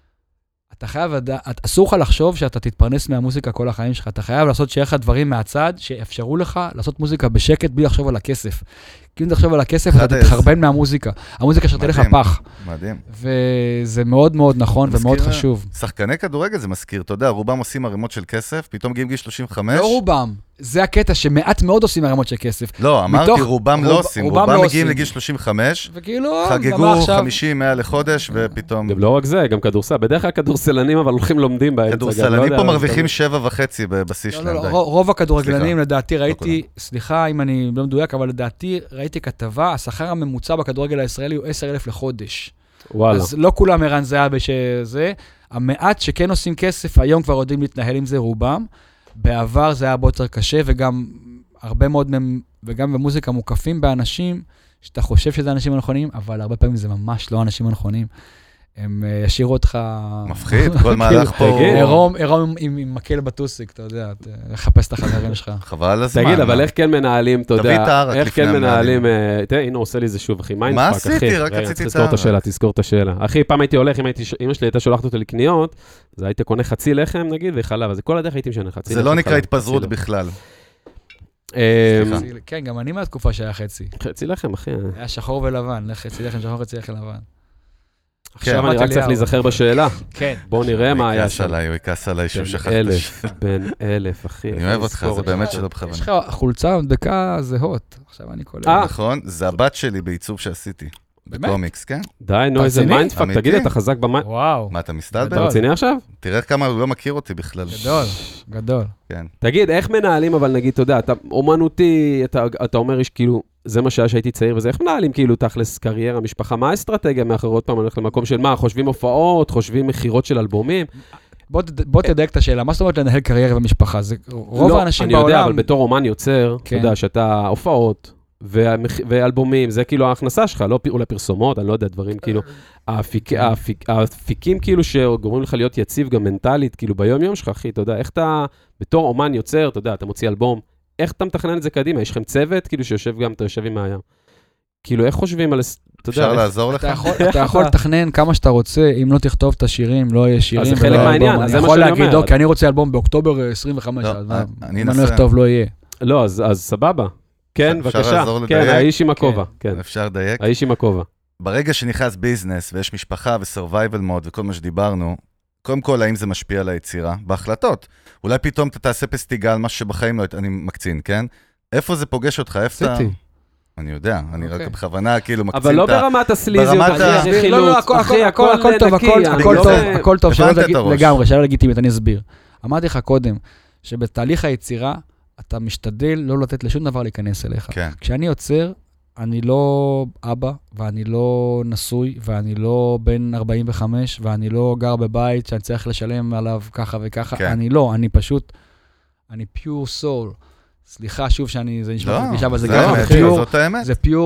אתה חייב, אסור לך לחשוב שאתה תתפרנס מהמוזיקה כל החיים שלך, אתה חייב לעשות שיהיה לך דברים מהצד, שיאפשרו לך לעשות מוזיקה בשקט, בלי לחשוב על הכסף. כי אם תחשוב על הכסף, אתה תתחרבן מהמוזיקה. המוזיקה שאתה לך פח. מדהים. וזה מאוד מאוד נכון ומאוד חשוב. שחקני כדורגל זה מזכיר, אתה יודע, רובם עושים ערימות של כסף, פתאום גיל גיל שלושים וחמש. לא רובם. זה הקטע שמעט מאוד עושים ערימות של כסף. לא, אמרתי, רובם לא עושים. רובם מגיעים לגיל שלושים וחמש, חגגו חמישים מאה לחודש, ופתאום... לא רק זה, גם כדורסל. בדרך כלל כדורסלנים, אבל הולכים לומדים באמצע. כדורסלנים פה מרוויחים שבע וחצי בבסיס שלהם. רוב הכדורגלנים, לדעתי, ראיתי, סליחה אם אני לא מדויק, אבל לדעתי, ראיתי כתבה, השכר הממוצע בכדורגל הישראלי הוא עשרת אלפים לחודש. וואלה. אז לא כולם ערן זהבי שזה, המעט שכן עושים כסף, היום כבר יודעים להתנהל עם זה רובם. בעבר זה היה הרבה יותר קשה, וגם הרבה מאוד מהם, וגם במוזיקה מוקפים באנשים, שאתה חושב שזה האנשים הנכונים, אבל הרבה פעמים זה ממש לא האנשים הנכונים. הם ישירו אותך... מפחיד, כל מהלך פה... עירום עם מקל בטוסיק, אתה יודע, לחפש את החברים שלך. חבל על הזמן. תגיד, אבל איך כן מנהלים, אתה יודע, איך כן מנהלים... תראה, הנה, הוא עושה לי זה שוב, אחי, מיינדפאק, אחי. מה עשיתי? רק רציתי תזכור את השאלה, תזכור את השאלה. אחי, פעם הייתי הולך, אמא שלי הייתה שולחת אותי לקניות, אז היית קונה חצי לחם, נגיד, וחלב, אז כל הדרך הייתי משנה חצי. זה לא נקרא התפזרות בכלל. כן, גם אני מהתקופה שהיה חצי. חצי לחם, אחי. היה שחור ולבן, חצי לחם, שחור, חצי לחם לבן. עכשיו אני רק צריך להיזכר בשאלה. כן. בואו נראה מה היה שם. הוא יכעס עליי שהוא שכח. אלף, בן אלף, אחי. אני אוהב אותך, זה באמת שלא בכוונה. יש לך חולצה מדבקה זהות. עכשיו אני קולע. נכון, זה הבת שלי בעיצוב שעשיתי. בקומיקס, כן? די, נו, איזה מיינדפאק. תגיד, אתה חזק במיינד... וואו. מה, אתה מסתלבט? אתה רציני עכשיו? תראה כמה הוא לא מכיר אותי בכלל. גדול, גדול. כן. תגיד, איך מנהלים, אבל נגיד, אתה יודע, אתה אומנותי, אתה אומר, יש כאילו... זה מה שהיה שהייתי צעיר, וזה איך מנהלים כאילו תכלס קריירה, משפחה, מה האסטרטגיה מאחרות פעם הולך למקום של מה, חושבים הופעות, חושבים מחירות של אלבומים? בוא תדייק את השאלה, מה זאת אומרת לנהל קריירה ומשפחה? זה רוב האנשים בעולם... אני יודע, אבל בתור אומן יוצר, אתה יודע שאתה הופעות ואלבומים, זה כאילו ההכנסה שלך, לא אולי פרסומות, אני לא יודע, דברים כאילו, האפיקים כאילו שגורמים לך להיות יציב גם מנטלית, כאילו ביום יום שלך, אחי, אתה יודע, איך אתה בתור אומן יוצר, אתה יודע, אתה מוציא אלבום, איך אתה מתכנן את זה קדימה? יש לכם צוות, כאילו שיושב גם, אתה יושב עם הים. כאילו, איך חושבים על... אפשר לעזור לך? אתה יכול לתכנן כמה שאתה רוצה, אם לא תכתוב את השירים, לא יהיה שירים. אז זה חלק מהעניין, אז זה מה שאני אומר. אני יכול להגיד, כי אני רוצה אלבום באוקטובר עשרים וחמש, אני אם אני לא אכתוב, לא יהיה. לא, אז סבבה. כן, בבקשה. כן, האיש עם הכובע. אפשר לדייק. האיש עם הכובע. ברגע שנכנס ביזנס, ויש משפחה וסרווייבל מוד, וכל מה שדיברנו, קודם כל, האם זה משפיע על היצירה? בהחלטות. אולי פתאום אתה תעשה פסטיגל, משהו שבחיים לא, אני מקצין, כן? איפה זה פוגש אותך? איפה אתה... אני יודע, אני רק בכוונה כאילו מקצין את ה... אבל לא ברמת הסליזיות, ברמת ה... לא, לא, הכל טוב, הכל טוב, הכל טוב, לגמרי, שאלה לגיטימית, אני אסביר. אמרתי לך קודם, שבתהליך היצירה, אתה משתדל לא לתת לשום דבר להיכנס אליך. כשאני יוצר, אני לא אבא, ואני לא נשוי, ואני לא בן ארבעים וחמש, ואני לא גר בבית שאני צריך לשלם עליו ככה וככה. כן. אני לא, אני פשוט, אני pure soul. סליחה, שוב שאני, זה נשמע פגישה, אבל זה גם פיור, זאת האמת. זה פיור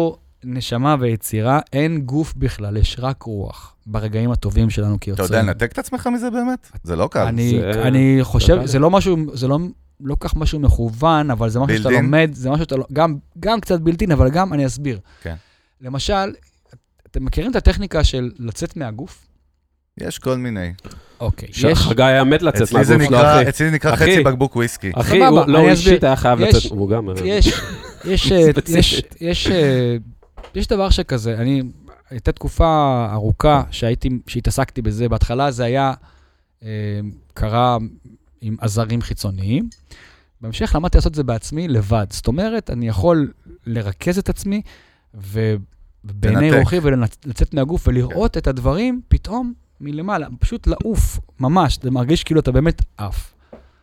נשמה ויצירה, אין גוף בכלל, יש רק רוח, ברגעים הטובים שלנו כיוצרים. אתה יודע, נתק את עצמך מזה באמת? זה לא קל. אני, זה... אני חושב, זה, זה לא משהו, זה לא, לא כך משהו מכוון, אבל זה משהו בילדין? שאתה לומד, זה משהו שאתה, גם, גם קצת בילטין, אבל גם אני אסביר. כן. למשל, אתם מכירים את הטכניקה של לצאת מהגוף? יש כל מיני. אוקיי, יש. חגי היה מת לצאת אצלי זה מהגוף שלו, נקרא, אחי. אצלי זה נקרא אחי. חצי בקבוק וויסקי. אחי, סבבה, הוא לא אני הוא אסביר. אישית היה חייב יש- לצאת, הוא גם... יש, יש, יש, ספציפית. יש, יש דבר שכזה, אני, הייתה תקופה ארוכה שהייתי, שהתעסקתי בזה, בהתחלה זה היה, אה, קרה עם עזרים חיצוניים, בהמשך למדתי לעשות את זה בעצמי לבד, זאת אומרת, אני יכול לרכז את עצמי, ובעיני לנתק. רוחי ולצאת מהגוף ולראות את הדברים פתאום מלמעלה, פשוט לעוף, ממש, זה מרגיש כאילו אתה באמת עף.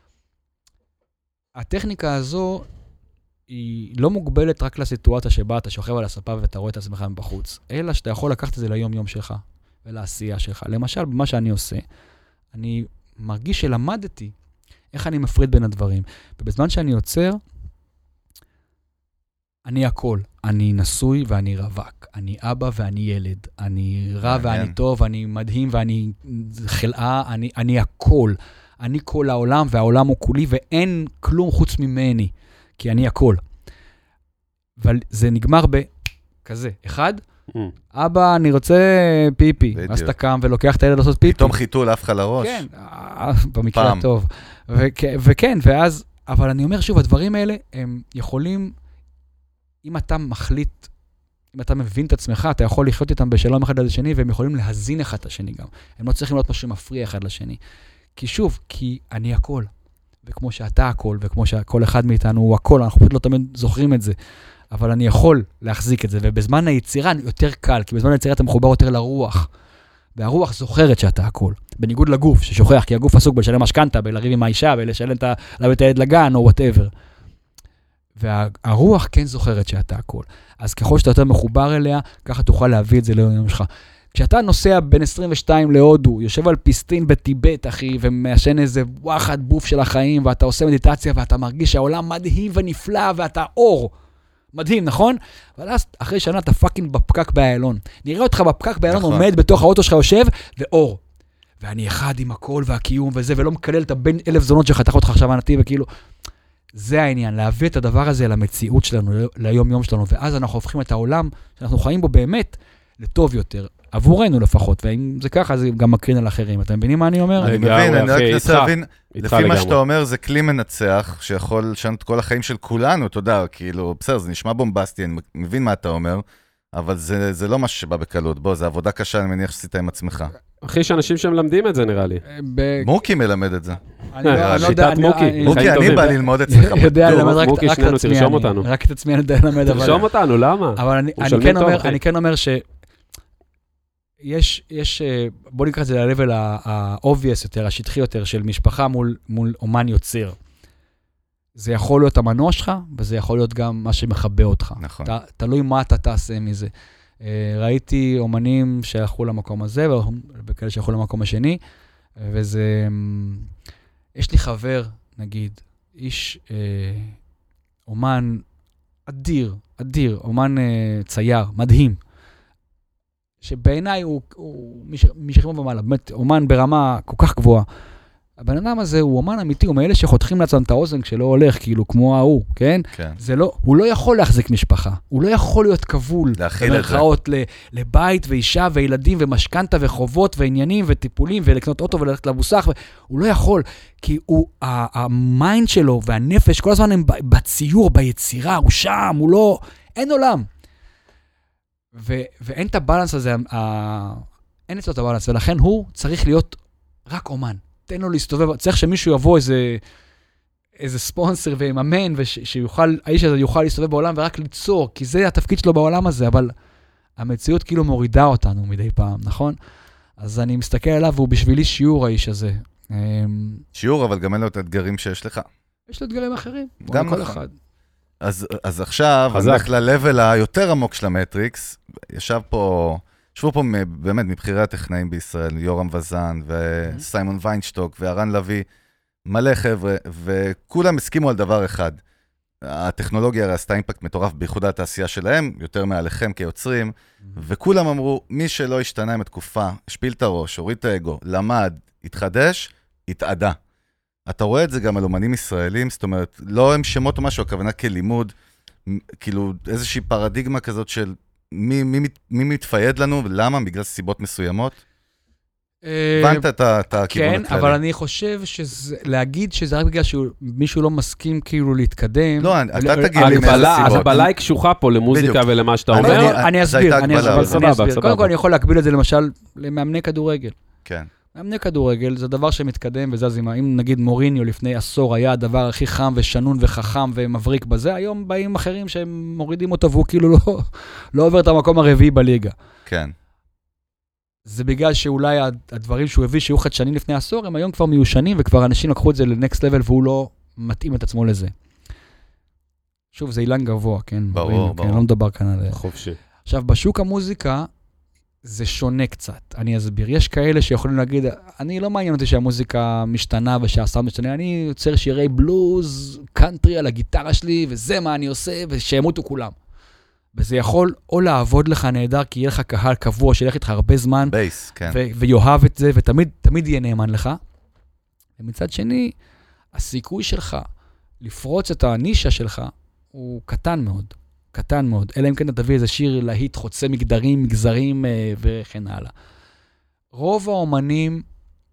הטכניקה הזו היא לא מוגבלת רק לסיטואציה שבה אתה שוכב על הספה ואתה רואה את עצמך מבחוץ, אלא שאתה יכול לקחת את זה ליום-יום שלך ולעשייה שלך. למשל, במה שאני עושה, אני מרגיש שלמדתי איך אני מפריד בין הדברים. ובזמן שאני יוצר, אני הכל. אני נשוי ואני רווק. אני אבא ואני ילד. אני רע מעניין. ואני טוב, אני מדהים ואני חלאה, אני, אני הכל. אני כל העולם והעולם הוא כולי ואין כלום חוץ ממני. כי אני הכל. אבל זה נגמר בכזה. אחד, אבא, אני רוצה פיפי. בדיוק. אז אתה קם ולוקח את הילד לעשות פיפי. פתאום חיתול עף לך לראש. כן, אה, במקרה פעם. הטוב. וכ- וכן, ואז, אבל אני אומר שוב, הדברים האלה, הם יכולים, אם אתה מחליט, אם אתה מבין את עצמך, אתה יכול לחיות איתם בשלום אחד לשני, והם יכולים להזין אחד לשני גם. הם לא צריכים להיות משהו שמפריע אחד לשני. כי שוב, כי אני הכל. וכמו שאתה הכל, וכמו שכל אחד מאיתנו הוא הכל, אנחנו פשוט לא תמיד זוכרים את זה. אבל אני יכול להחזיק את זה, ובזמן היצירה יותר קל, כי בזמן היצירה אתה מחובר יותר לרוח. והרוח זוכרת שאתה הכל. בניגוד לגוף ששוכח, כי הגוף עסוק בלשלם משכנתה, בלריב עם האישה, ולשלם את ה... להביא את הילד לגן, או whatever. והרוח כן זוכרת שאתה הכל. אז ככל שאתה יותר מחובר אליה, ככה תוכל להביא את זה ליום שלך. כשאתה נוסע בין עשרים ושתיים להודו, יושב על פיסטין בטיבט, אחי, ומאשן איזה וואחד בוף של החיים, ואתה עושה מדיטציה, ואתה מרגיש שהעולם מדהים ונפלא, ואתה אור. מדהים, נכון? אבל אז, אחרי שנה, אתה פאקינג בפקק באיילון. נראה אותך בפקק באיילון, נכון. עומד בתוך האוטו שלך יושב, ואור. ואני אחד עם הכל והקיום וזה, ולא מקלל את הבין אלף זונות שחתך אותך עכשיו הנתיב, וכאילו... זה העניין, להביא את הדבר הזה למציאות שלנו, ליום-יום שלנו, ואז אנחנו הופכים את העולם שאנחנו חיים בו באמת לטוב יותר, עבורנו לפחות, ואם זה ככה, זה גם מקרין על אחרים. אתם מבינים מה אני אומר? אני לגמרי, מבין, אני רק אחי, מנסה איתך. להבין, איתך לפי מה לגמרי. שאתה אומר, זה כלי מנצח, שיכול לשנות כל החיים של כולנו, אתה יודע, כאילו, בסדר, זה נשמע בומבסטי, אני מבין מה אתה אומר, אבל זה, זה לא משהו שבא בקלות, בוא, זה עבודה קשה, אני מניח שעשית עם עצמך. אחי, יש אנשים שמלמדים את זה, נראה לי. ב- מוקי מלמד את זה. אני לא- אני לא שיטת יודע, אני- מוקי. אני- מוקי, מוקי, אני טובים. בא ללמוד אצלך. יודע בטוח. ללמד רק מוקי, רק את שנינו, עצמי, תרשום אני- אותנו. רק את עצמי אני יודע ללמד, אבל... תרשום אותנו, למה? אבל אני, אני, משלמים כן טוב, אומר, אחי. אני כן אומר ש... יש, יש, אה, בוא נקרא את זה ל-level ה-obvious יותר, השטחי יותר, של משפחה מול, מול אומן יוצר. זה יכול להיות המנוע שלך, וזה יכול להיות גם מה שמחבא אותך. נכון. ת, תלוי מה אתה תעשה מזה. אה, ראיתי אומנים שהלכו למקום הזה, וכאלה שהלכו למקום השני, וזה... יש לי חבר, נגיד, איש אה, אומן אדיר, אדיר, אומן אה, צייר, מדהים, שבעיניי הוא, הוא משכמו ומעלה, באמת אומן ברמה כל כך גבוהה. הבן אדם הזה הוא אומן אמיתי, הוא מאלה שחותכים לעצמם את האוזן כשלא הולך, כאילו כמו ההוא, כן? כן. זה לא, הוא לא יכול להחזיק משפחה, הוא לא יכול להיות כבול, להכיל את זה. במרכאות, ל- לבית ואישה וילדים ומשכנתה וחובות ועניינים וטיפולים ולקנות אוטו וללכת לבוסח, ו- הוא לא יכול, כי הוא, ה- המיינד שלו והנפש, כל הזמן הם ב- בציור, ביצירה, הוא שם, הוא לא, אין עולם. ו- ואין את הבלנס הזה, ה- אין אצלו את הבלנס, ולכן הוא צריך להיות רק אומן. תן לו להסתובב, צריך שמישהו יבוא איזה, איזה ספונסר ויממן, ושיוכל, האיש הזה יוכל להסתובב בעולם ורק ליצור, כי זה התפקיד שלו בעולם הזה, אבל המציאות כאילו מורידה אותנו מדי פעם, נכון? אז אני מסתכל עליו, והוא בשבילי שיעור האיש הזה. שיעור, אבל גם אין לו את האתגרים שיש לך. יש לו אתגרים אחרים, גם כל נכון. אחד. אז, אז עכשיו, אני הולך ל-level היותר עמוק של המטריקס, ישב פה... ישבו פה באמת מבחירי הטכנאים בישראל, יורם וזן וסיימון ויינשטוק וארן לוי, מלא חבר'ה, וכולם הסכימו על דבר אחד. הטכנולוגיה הרי עשתה אימפקט מטורף בייחוד התעשייה שלהם, יותר מעליכם כיוצרים, וכולם אמרו, מי שלא השתנה עם התקופה, השפיל את הראש, הוריד את האגו, למד, התחדש, התעדה. אתה רואה את זה גם על אומנים ישראלים, זאת אומרת, לא הם שמות או משהו, הכוונה כלימוד, כאילו איזושהי פרדיגמה כזאת של מי, מי, מי מתפייד לנו, ולמה? בגלל סיבות מסוימות? הבנת את הכיוון הכללי. כן, אבל אני חושב להגיד שזה רק בגלל שמישהו לא מסכים כאילו להתקדם. לא, אתה תגיד לי מאיזה סיבות. ההגבלה היא קשוחה פה למוזיקה ולמה שאתה אומר. אני אסביר, אני אסביר. קודם כל אני יכול להקביל את זה למשל למאמני כדורגל. כן. מאמני כדורגל זה דבר שמתקדם וזז, אם נגיד מוריניו לפני עשור היה הדבר הכי חם ושנון וחכם ומבריק בזה, היום באים אחרים שהם מורידים אותו והוא כאילו לא עובר את המקום הרביעי בליגה. כן. זה בגלל שאולי הדברים שהוא הביא שהיו חדשנים לפני עשור, הם היום כבר מיושנים וכבר אנשים לקחו את זה לנקסט לבל והוא לא מתאים את עצמו לזה. שוב, זה אילן גבוה, כן? ברור, ברור. אני לא מדבר כאן על... חופשי. עכשיו, בשוק המוזיקה, זה שונה קצת, אני אסביר. יש כאלה שיכולים להגיד, אני לא מעניין אותי שהמוזיקה משתנה ושהסאונד משתנה, אני יוצר שירי בלוז, קאנטרי על הגיטרה שלי, וזה מה אני עושה, ושימותו כולם. וזה יכול או לעבוד לך נהדר, כי יהיה לך קהל קבוע, שילך איתך הרבה זמן, בייס, כן. ו- ויוהב את זה, ותמיד תמיד יהיה נאמן לך. ומצד שני, הסיכוי שלך לפרוץ את הנישה שלך, הוא קטן מאוד. קטן מאוד, אלא אם כן תביא איזה שיר להיט, חוצה מגדרים, מגזרים וכן הלאה. רוב האומנים,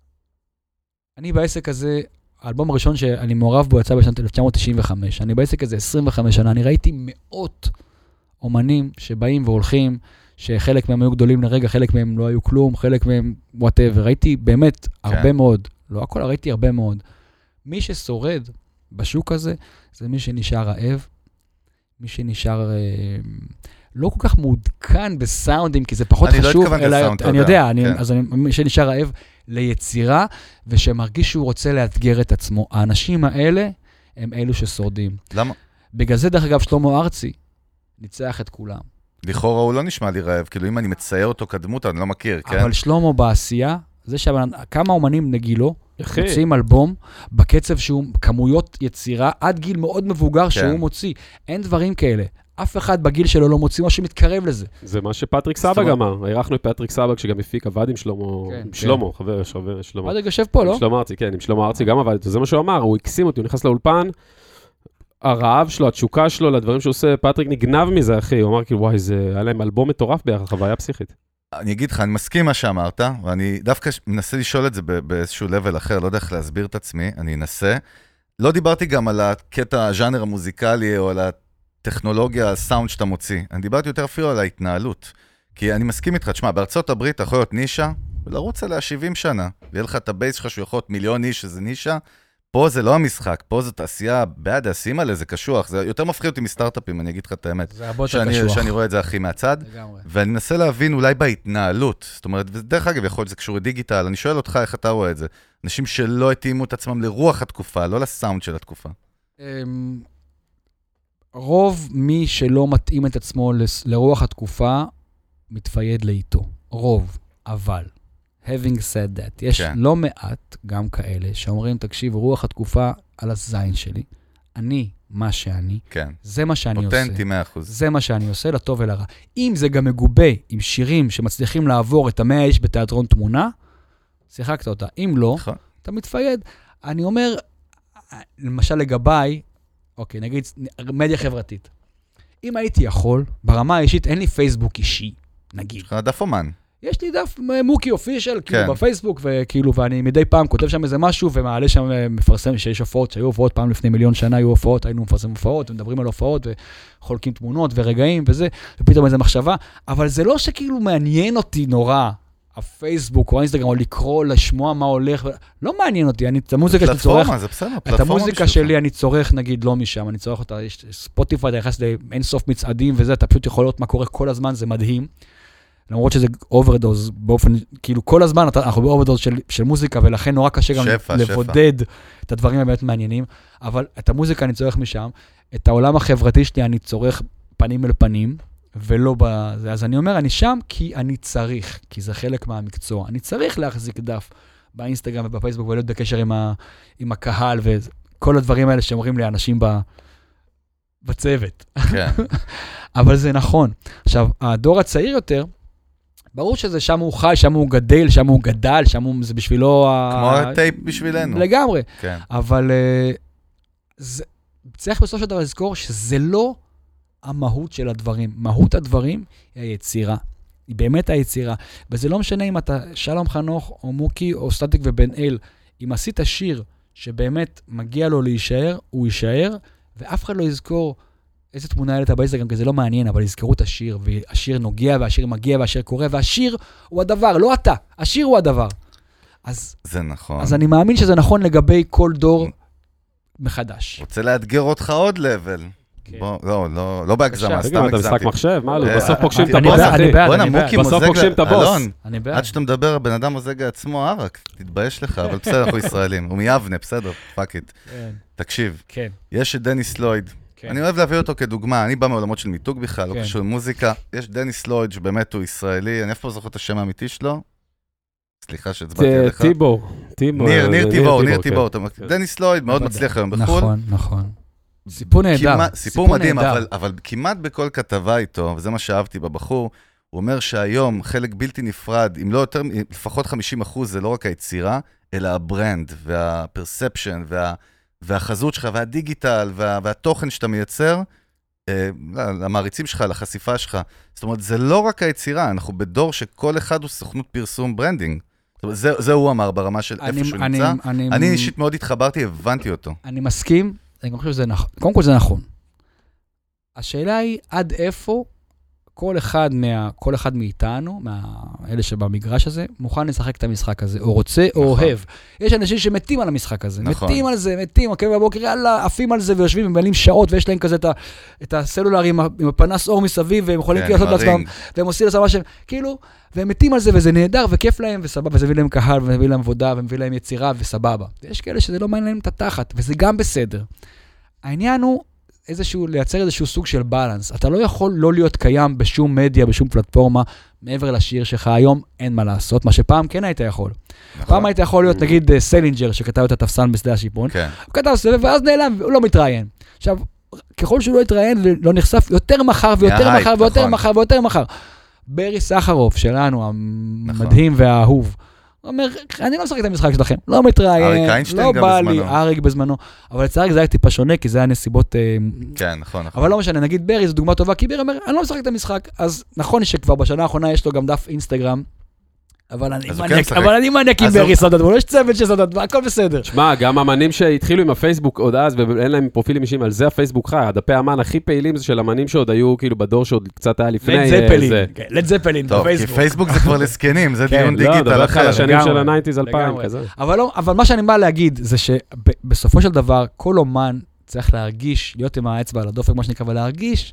אני בעסק הזה, האלבום הראשון שאני מעורב בו יצא בשנת אלף תשע מאות תשעים וחמש, אני בעסק הזה עשרים וחמש שנה, אני ראיתי מאות אומנים שבאים והולכים, שחלק מהם היו גדולים לרגע, חלק מהם לא היו כלום, חלק מהם whatever, ראיתי באמת הרבה מאוד, לא הכל, ראיתי הרבה מאוד. מי ששורד בשוק הזה, זה מי שנשאר רעב, מי שנשאר אה, לא כל כך מעודכן בסאונדים, כי זה פחות אני חשוב. אני לא התכוונתי לסאונד, אני יודע, אני, כן. אז אני, מי שנשאר רעב ליצירה, ושמרגיש שהוא רוצה לאתגר את עצמו. האנשים האלה הם אלו ששורדים. למה? בגלל זה, דרך אגב, שלמה ארצי ניצח את כולם. לכאורה הוא לא נשמע לי רעב, כאילו אם אני מצייר אותו כדמות, אני לא מכיר, כן? אבל שלמה בעשייה, זה שכמה אומנים נגילו, מוציאים אלבום, בקצב שהוא כמויות יצירה, עד גיל מאוד מבוגר שהוא מוציא. אין דברים כאלה. אף אחד בגיל שלו לא מוציא משהו מתקרב לזה. זה מה שפטריק סבג אמר. הערכנו את פטריק סבג, שגם הפיק עבד עם שלמה, עם שלמה, חבר, חבר, שלמה. פטריק יושב פה, לא? עם שלמה ארצי, כן, עם שלמה ארצי גם עבד. זה מה שהוא אמר, הוא הקסים אותי, הוא נכנס לאולפן, הרעב שלו, התשוקה שלו, לדברים שהוא עושה, פטריק נגנב מזה, אחי. הוא אמר כאילו, וואי, זה היה להם אלבום מטורף ביחד, חוויה פסיכית. אני אגיד לך, אני מסכים מה שאמרת, ואני דווקא מנסה לשאול את זה באיזשהו לבל אחר, לא יודע איך להסביר את עצמי, אני אנסה. לא דיברתי גם על הקטע, הז'אנר המוזיקלי, או על הטכנולוגיה, הסאונד שאתה מוציא. אני דיברתי יותר אפילו על ההתנהלות. כי אני מסכים איתך, תשמע, בארצות הברית אתה יכול להיות נישה, ולרוץ עליה שבעים שנה, ויהיה לך את הבייס שלך שהוא יכול להיות מיליון איש, שזה נישה. פה זה לא המשחק, פה זאת עשייה, בעד העשים עליה, זה קשוח, זה יותר מפחיד אותי מסטארט-אפים, אני אגיד לך את האמת. זה הרבה יותר קשוח. שאני רואה את זה הכי מהצד. לגמרי. ואני מנסה להבין אולי בהתנהלות, זאת אומרת, ודרך אגב, יכול להיות זה קשור לדיגיטל, אני שואל אותך איך אתה רואה את זה. אנשים שלא התאימו את עצמם לרוח התקופה, לא לסאונד של התקופה. רוב מי שלא מתאים את עצמו לרוח התקופה, מתפייד לאיתו. רוב, אבל. having said that, יש כן. לא מעט גם כאלה שאומרים, תקשיב, רוח התקופה על הזין שלי, אני מה שאני, כן. זה מה שאני עושה. פוטנטי מאה אחוז. זה מה שאני עושה, לטוב ולרע. אם זה גם מגובה עם שירים שמצליחים לעבור את המאה איש בתיאטרון תמונה, שיחקת אותה. אם לא, נכון. אתה מתפייד. אני אומר, למשל לגביי, אוקיי, נגיד, מדיה חברתית. אם הייתי יכול, ברמה האישית, אין לי פייסבוק אישי, נגיד. יש לך דף אומן. יש לי דף מוקי אופישל, כאילו בפייסבוק, וכאילו, ואני מדי פעם כותב שם איזה משהו, ומעלה שם מפרסם שיש הופעות, שהיו הופעות פעם לפני מיליון שנה, היו הופעות, היינו מפרסם הופעות, ומדברים על הופעות, וחולקים תמונות ורגעים וזה, ופתאום איזו מחשבה, אבל זה לא שכאילו מעניין אותי נורא, הפייסבוק או האינסטגרם, או לקרוא, לשמוע מה הולך, לא מעניין אותי, אני, את המוזיקה שאני צורך, את המוזיקה שלי אני צורך, נגיד, לא משם, אני צורך אותה, יש ספוטיפיי, אתה נכנס לאינסוף מצעדים וזה, אתה פשוט יכול לראות מה קורה כל הזמן, זה מדהים. למרות שזה אוברדוז, באופן, כאילו כל הזמן אנחנו באוברדוז של, של מוזיקה, ולכן נורא קשה גם שפע, לבודד שפע. את הדברים הבאמת מעניינים, אבל את המוזיקה אני צורך משם, את העולם החברתי שלי אני צורך פנים אל פנים, ולא בזה. אז אני אומר, אני שם כי אני צריך, כי זה חלק מהמקצוע. אני צריך להחזיק דף באינסטגרם ובפייסבוק, ולהיות בקשר עם, ה, עם הקהל, וכל הדברים האלה שאומרים לי, אנשים ב... בצוות. כן. אבל זה נכון. עכשיו, הדור הצעיר יותר, ברור שזה שם הוא חי, שם הוא גדל, שם הוא גדל, שם הוא, זה בשבילו... כמו הטייפ בשבילנו. לגמרי. כן. אבל זה, צריך בסוף של דבר לזכור שזה לא המהות של הדברים. מהות הדברים היא היצירה. היא באמת היצירה. וזה לא משנה אם אתה שלום חנוך, או מוקי, או סטטיק ובן אל. אם עשית שיר שבאמת מגיע לו להישאר, הוא יישאר, ואף אחד לא יזכור איזה תמונה העלית באינסטגרם, כי זה לא מעניין, אבל יזכרו את השיר, והשיר נוגע, והשיר מגיע, והשיר קורה, והשיר הוא הדבר, לא אתה, השיר הוא הדבר. אז, זה נכון. אז אני מאמין שזה נכון לגבי כל דור מחדש. רוצה לאתגר אותך עוד לבל. בוא, לא, לא, לא בהגזמה, סתם הגזמתי. אתה משחק מחשב, מה לא? בסוף פוגשים את אני הבוס, בעד, אחי. אני בעד, בוא'נה, אני בעד. מוקי בסוף פוגשים את מוזג, הבוס. אלון, אני בעד. עד שאתה מדבר, הבן אדם מוזג עצמו ערק, תתבייש לך, אבל בסדר, אנחנו ישראלים. הוא מיבנה, בסדר, פאק איט. כן, תקשיב, כן. יש את דניס לויד. כן. אני אוהב להביא אותו כדוגמה, אני בא מעולמות של מיתוג בכלל, לא כן. קשור למוזיקה. יש דניס לויד, שבאמת הוא ישראלי, אני אף פעם זוכר את השם האמיתי שלו. סליחה שהצבעתי עליך. טיבו. ניר, ניר טיבור, ניר כן. טיבור. דניס לויד מאוד מצליח היום בחו"ל. נכון, נכון. סיפור נהדר. כמעט- סיפור מדהים, אבל, אבל כמעט בכל כתבה איתו, וזה מה שאהבתי בבחור, הוא אומר שהיום חלק בלתי נפרד, אם לא יותר, לפחות חמישים אחוז, זה לא רק היצירה, אלא הברנד, והפרספשן, וה, והחזות שלך, והדיגיטל, וה, והתוכן שאתה מייצר, אה, למעריצים שלך, לחשיפה שלך. זאת אומרת, זה לא רק היצירה, אנחנו בדור שכל אחד הוא סוכנות פרסום ברנדינג. זאת אומרת, זה, זה הוא אמר ברמה של אני- איפה שהוא אני- נמצא. אני- אני אישית מאוד התחברתי, הבנתי אותו. אני מסכים, אני גם חושב שזה נכון. קודם כל זה נכון. השאלה היא עד איפה כל אחד, מה, כל אחד מאיתנו, מאלה שבמגרש הזה, מוכן לשחק את המשחק הזה, או רוצה או נכון. אוהב. יש אנשים שמתים על המשחק הזה, נכון. מתים על זה, מתים, אוקיי, בבוקר, יאללה, עפים על זה ויושבים ומבלים שעות, ויש להם כזה את, ה, את הסלולר עם, ה- עם הפנס אור מסביב, והם יכולים כן, כאילו לעשות לעצמם, הרינג. והם עושים לעצמם שהם, כאילו, והם מתים על זה, וזה נהדר, וכיף להם, וסבבה, וזה מביא להם קהל, ומביא להם עבודה, ומביא להם יצירה, וסבבה. ויש כאלה שזה לא מעניין להם את התחת, וזה גם בסדר. העניין הוא איזשהו, לייצר איזשהו סוג של בלנס. אתה לא יכול לא להיות קיים בשום מדיה, בשום פלטפורמה, מעבר לשיר שלך. היום אין מה לעשות, מה שפעם כן היית יכול. נכון. פעם היית יכול להיות, נגיד, אה, סלינג'ר, שכתב את התפסן בשדה השיפון, כן. הוא כתב סבב, ואז נעלם, והוא לא מתראיין. עכשיו, ככל שהוא לא יתראיין ולא נחשף, יותר מחר ויותר מההייפ, מחר ויותר נכון. מחר ויותר מחר. ברי סחרוף שלנו, המדהים והאהוב, הוא אומר, אני לא משחק את המשחק שלכם, לא מתראיין, אריק איינשטיין לא גם בא לי, בזמנו. אריק בזמנו, אבל לצערי זה היה טיפה שונה, כי זה היה נסיבות, אה, כן, נכון, נכון. אבל לא משנה, נגיד ברי זו דוגמה טובה, כי ברי אומר, אני לא משחק את המשחק, אז נכון שכבר בשנה האחרונה יש לו גם דף אינסטגרם, אבל אני אז הוא מניאק, כן משחק. אבל אני מניאק עם אז ברי הוא- סודות, אבל יש צוות של סודות, והכל בסדר. שמע, גם אמנים שהתחילו עם הפייסבוק עוד אז, ואין להם פרופילים אישיים, על זה הפייסבוק חי. הדפי האמן הכי פעילים זה של אמנים שעוד היו כאילו בדור שעוד קצת היה לפני. לד אה, זפלין, זה. כן, לד זפלין טוב, כי בפייסבוק. פייסבוק זה כבר לזקנים, זה כן, דיון לא, דיגיטל דבר לך על אחר. השנים לגמרי, של ה-תשעים אלפיים לגמרי. כזה. אבל לא, אבל מה שאני בא להגיד, זה שבסופו של דבר, כל אומן צריך להרגיש, להיות עם האצבע על הדופק, מה שנקרא, ולהרגיש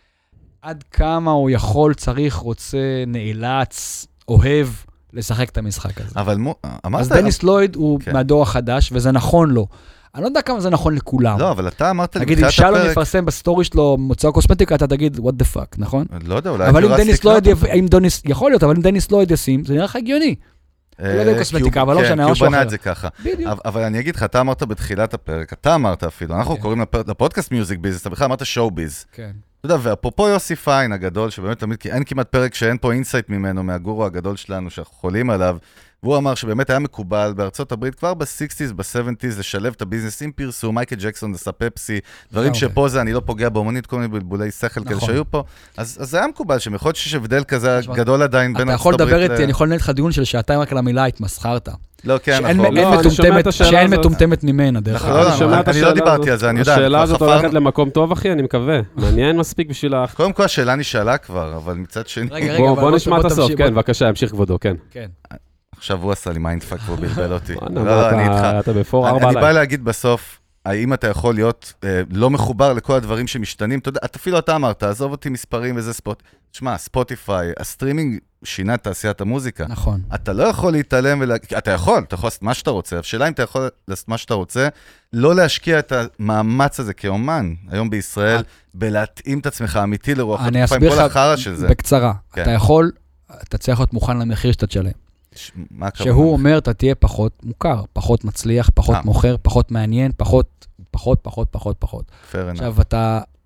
עד כמה הוא יכול, צריך, רוצה, נאלץ, אוהב, לשחק את המשחק הזה. אבל מו- אמרת... אז דניס לויד הוא כן. מהדור החדש, וזה נכון לו. אני לא יודע כמה זה נכון לכולם. לא, אבל אתה אמרת לי נגיד, אם בתחילת שלום הפרק... יפרסם בסטורי שלו מוצר קוסמטיקה, אתה תגיד, what the fuck, נכון? לא יודע, אולי... אבל אם אפילו דניס רציתי לויד, לקנות יב- אם דניס, יכול להיות, אבל אם דניס לויד ישים, זה נראה לך הגיוני. אותו. לא יודע אה, קוסמטיקה, כי הוא- אבל לא כן, משנה, כי הוא משהו בנה אחר. את זה ככה. בדיוק. אבל- אבל אני אגיד לך, אתה אמרת בתחילת הפרק, אתה אמרת אפילו, אנחנו כן. קוראים לפ- לפודקאסט מיוזיק ביז, אתה בכלל אמרת שואו ביז. כן. אתה יודע, ואפרופו יוסי פיין הגדול, שבאמת תמיד, כי אין כמעט פרק שאין פה אינסייט ממנו, מהגורו הגדול שלנו, שאנחנו חולים עליו, והוא אמר שבאמת היה מקובל בארצות הברית, כבר ב-סיקסטיז, ב-סבנטיז, לשלב את הביזנס עם פרסום, מייקל ג'קסון עשה פפסי, דברים לגמרי. שפה זה, אני לא פוגע באומנית, כל מיני בלבולי שכל כאלה נכון. שהיו פה, אז אז זה היה מקובל, שמיכול להיות שיש הבדל כזה תשמע, גדול עדיין בין אתה יכול ארצות לדבר הברית איתי, ל- אני יכול לנהל לך דיון של שעתיים רק על המילה התמסחרת. לא, כן, שאין נכון. אין לא, אני שומע את מטומטמת- השאלה שאין הזאת. מטומטמת ממנה, דרך נכון, אגב. לא, אני שומע את אני לא השאלה דיברתי הזאת. על זה, אני יודע, השאלה כבר הזאת חפרנו. הולכת למקום טוב, אחי, אני מקווה. מעניין מספיק בשביל ה... קודם כל, השאלה נשאלה כבר, אבל מצד שני, רגע, רגע, בוא אבל בוא בוא- נשמע בוא את הסוף, תמשיך, כן, בוא- בבקשה, ימשיך כבודו, כן. כן. עכשיו הוא עשה לי מיינדפאק והוא בלבל אותי. וואלה, לא, מה, לא, אני איתך. אתה- אתה בפור אני ארבע אני בא עליי. להגיד בסוף, האם אתה יכול להיות אה, לא מחובר לכל הדברים שמשתנים? אתה יודע, את אפילו אתה אמרת, עזוב אותי מספרים וזה ספוט. תשמע, ספוטיפיי, הסטרימינג שינה את תעשיית המוזיקה. נכון. אתה לא יכול להתעלם ולהגיד, אתה יכול, אתה יכול לעשות מה שאתה רוצה. השאלה אם אתה יכול לעשות מה שאתה רוצה, לא להשקיע את המאמץ הזה כאומן, היום בישראל, בלהתאים את עצמך אמיתי לרוח אני התקופה עם אסביר כל לך החרא של זה. בקצרה. כן. אתה יכול, אתה צריך להיות מוכן למחיר שאתה תשלם. ש- מה הכוונה? שהוא אומר, אתה תהיה פחות מוכר, פחות מצליח, פחות אה. מוכר, פחות מעניין, פחות, פחות, פחות, פחות, פחות. Fair enough. עכשיו, אתה,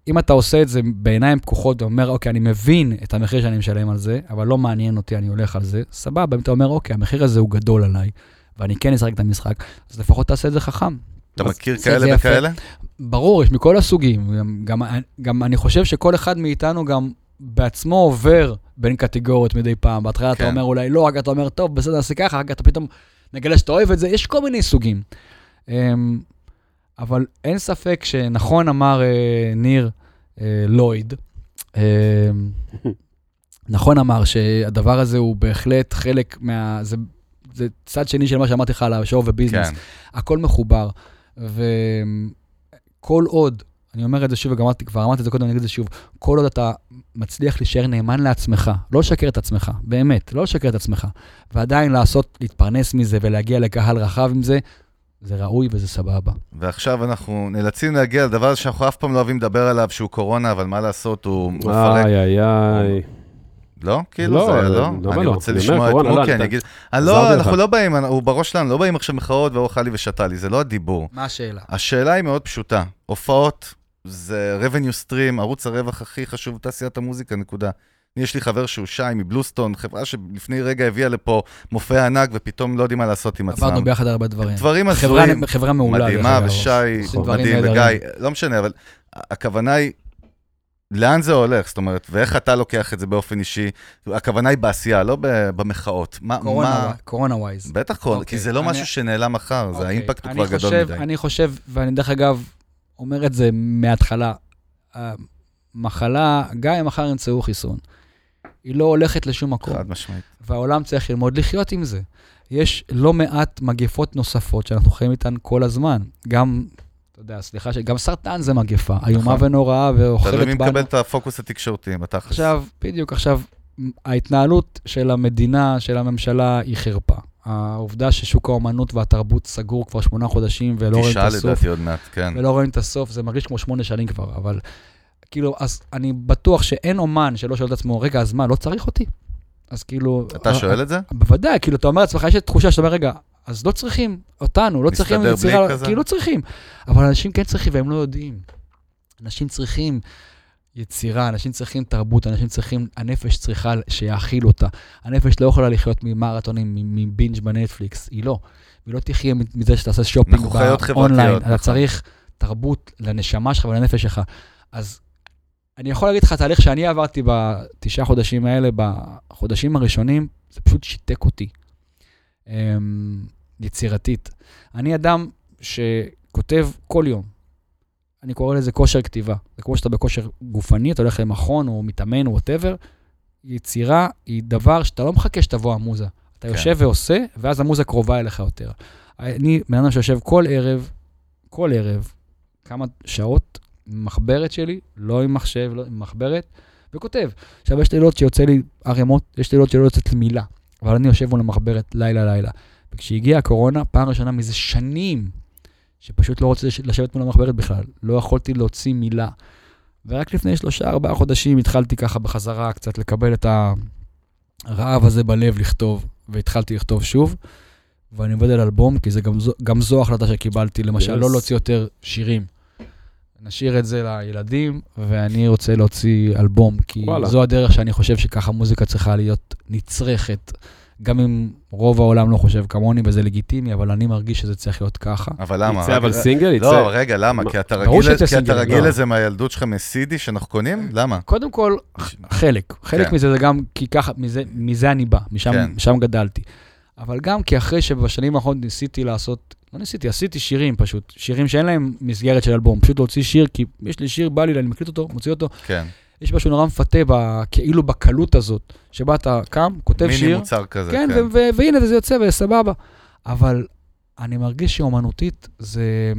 אם אתה עושה את זה בעיניים פקוחות, ואומר, אוקיי, אני מבין את המחיר שאני משלם על זה, אבל לא מעניין אותי, אני הולך על זה, סבבה, אם אתה אומר, אוקיי, המחיר הזה הוא גדול עליי, ואני כן אשחק את המשחק, אז לפחות תעשה את זה חכם. אתה מכיר כאלה וכאלה? ברור, יש מכל הסוגים. גם, גם אני חושב שכל אחד מאיתנו גם בעצמו עובר בין קטגוריות מדי פעם. בהתחלה אתה אומר אולי לא, רק אתה אומר, טוב, בסדר, נעשה ככה, רק אתה פתאום נגלה שאתה אוהב את זה. יש כל מיני סוגים. אבל אין ספק שנכון אמר ניר לויד, נכון אמר שהדבר הזה הוא בהחלט חלק מה... זה, זה צד שני של מה שאמרתי לך על השואו וביזנס. כן. הכל מחובר. וכל עוד, אני אומר את זה שוב, וגם אמרתי, כבר אמרתי את זה קודם, אני אגיד את זה שוב, כל עוד אתה מצליח להישאר נאמן לעצמך, לא לשקר את עצמך, באמת, לא לשקר את עצמך, ועדיין לעשות, להתפרנס מזה ולהגיע לקהל רחב עם זה, זה ראוי וזה סבבה. ועכשיו אנחנו נאלצים להגיע לדבר שאנחנו אף פעם לא אוהבים לדבר עליו, שהוא קורונה, אבל מה לעשות, הוא מפרק. איי, איי, איי. לא? כאילו זה, לא? אני רוצה לשמוע את מוקי, אני אגיד, לא, אנחנו לא באים, הוא בראש שלנו, לא באים עכשיו מחאות והוא אכל לי ושתה לי, זה לא הדיבור. מה השאלה? השאלה היא מאוד פשוטה. הופעות זה revenue stream, ערוץ הרווח הכי חשוב בתעשיית המוזיקה, נקודה. יש לי חבר שהוא שי מבלוסטון, חברה שלפני רגע הביאה לפה מופע ענק, ופתאום לא יודעים מה לעשות עם עצמם. עברנו ביחד הרבה דברים. דברים הזויים, חברה מעולה. מדהימה, ושי, מדהים, וגיא, לא משנה, אבל הכוונה היא, לאן זה הולך? זאת אומרת, ואיך אתה לוקח את זה באופן אישי? הכוונה היא בעשייה, לא במחאות. קורונה ווייז. בטח קורונה, כי זה לא משהו שנעלם מחר, זה האימפקט הוא כבר גדול מדי. אני חושב, ואני דרך אגב אומר את זה מההתחלה, מחלה, גם אם מחר ימצאו חיסון, היא לא הולכת לשום מקום. חד משמעית. והעולם צריך ללמוד לחיות עם זה. יש לא מעט מגפות נוספות שאנחנו חיים איתן כל הזמן. גם... אתה יודע, סליחה, גם סרטן זה מגפה, איומה ונוראה ואוכלת בנו. תלוי מי מקבל את הפוקוס התקשורתי, בתכלס. עכשיו, בדיוק, עכשיו, ההתנהלות של המדינה, של הממשלה, היא חרפה. העובדה ששוק האומנות והתרבות סגור כבר שמונה חודשים, ולא רואים את הסוף. תשעה לדעתי עוד מעט, כן. ולא רואים את הסוף, זה מרגיש כמו שמונה שנים כבר, אבל כאילו, אז אני בטוח שאין אומן שלא שואל את עצמו, רגע, אז מה, לא צריך אותי? אז כאילו... אתה שואל את זה? בוודאי, כאילו, אתה אומר לעצמך, יש תחושה שאתה אומר, רגע, אז לא צריכים אותנו, לא צריכים יצירה, כי לא צריכים. אבל אנשים כן צריכים, והם לא יודעים. אנשים צריכים יצירה, אנשים צריכים תרבות, אנשים צריכים, הנפש צריכה שיאכיל אותה. הנפש לא יכולה לחיות ממרתונים, מבינג' בנטפליקס, היא לא. והיא לא תחיה מזה שתעשה שופינג באונליין. אתה צריך תרבות לנשמה שלך ולנפש שלך. אז אני יכול להגיד לך, תהליך שאני עברתי בתשעה חודשים האלה, בחודשים הראשונים, זה פשוט שיתק אותי. יצירתית. אני אדם שכותב כל יום. אני קורא לזה כושר כתיבה. זה כמו שאתה בכושר גופני, אתה הולך למכון או מתאמן או whatever. יצירה היא דבר שאתה לא מחכה שתבוא המוזה. אתה יושב ועושה, ואז המוזה קרובה אליך יותר. אני מאדם שיושב כל ערב, כל ערב, כמה שעות, מחברת שלי, לא עם מחשב, לא עם מחברת, וכותב. עכשיו, יש לילות שיוצא לי ערימות, יש לילות שלא יוצאת לי מילה. אבל אני יושב מול המחברת לילה לילה. וכשהגיעה הקורונה, פעם ראשונה מזה שנים, שפשוט לא רוצה לשבת מול המחברת בכלל. לא יכולתי להוציא מילה. ורק לפני שלושה, ארבעה חודשים התחלתי ככה בחזרה קצת לקבל את הרעב הזה בלב לכתוב, והתחלתי לכתוב שוב. ואני עובד על אלבום, כי זה גם זו, גם זו החלטה שקיבלתי, למשל, yes. לא להוציא יותר שירים. נשאיר את זה לילדים, ואני רוצה להוציא אלבום, כי וואלה. זו הדרך שאני חושב שככה מוזיקה צריכה להיות נצרכת, גם אם רוב העולם לא חושב כמוני, וזה לגיטימי, אבל אני מרגיש שזה צריך להיות ככה. אבל למה? יצא אבל סינגל? יצא... לא, רגע, למה? כי אתה רגיל לזה מהילדות שלך מסידי שאנחנו קונים? למה? קודם כל, חלק. חלק מזה זה גם, כי ככה, מזה אני בא, משם גדלתי. אבל גם כי אחרי שבשנים האחרונות ניסיתי לעשות, לא ניסיתי, עשיתי שירים פשוט, שירים שאין להם מסגרת של אלבום, פשוט להוציא שיר, כי יש לי שיר, בא לי, אני מקליט אותו, מוציא אותו. כן. יש משהו נורא מפתה, כאילו בקלות הזאת, שבה אתה קם, כותב שיר. מיני מוצר כזה, כן. כן, והנה, זה יוצא וסבבה. אבל אני מרגיש שאומנותית זה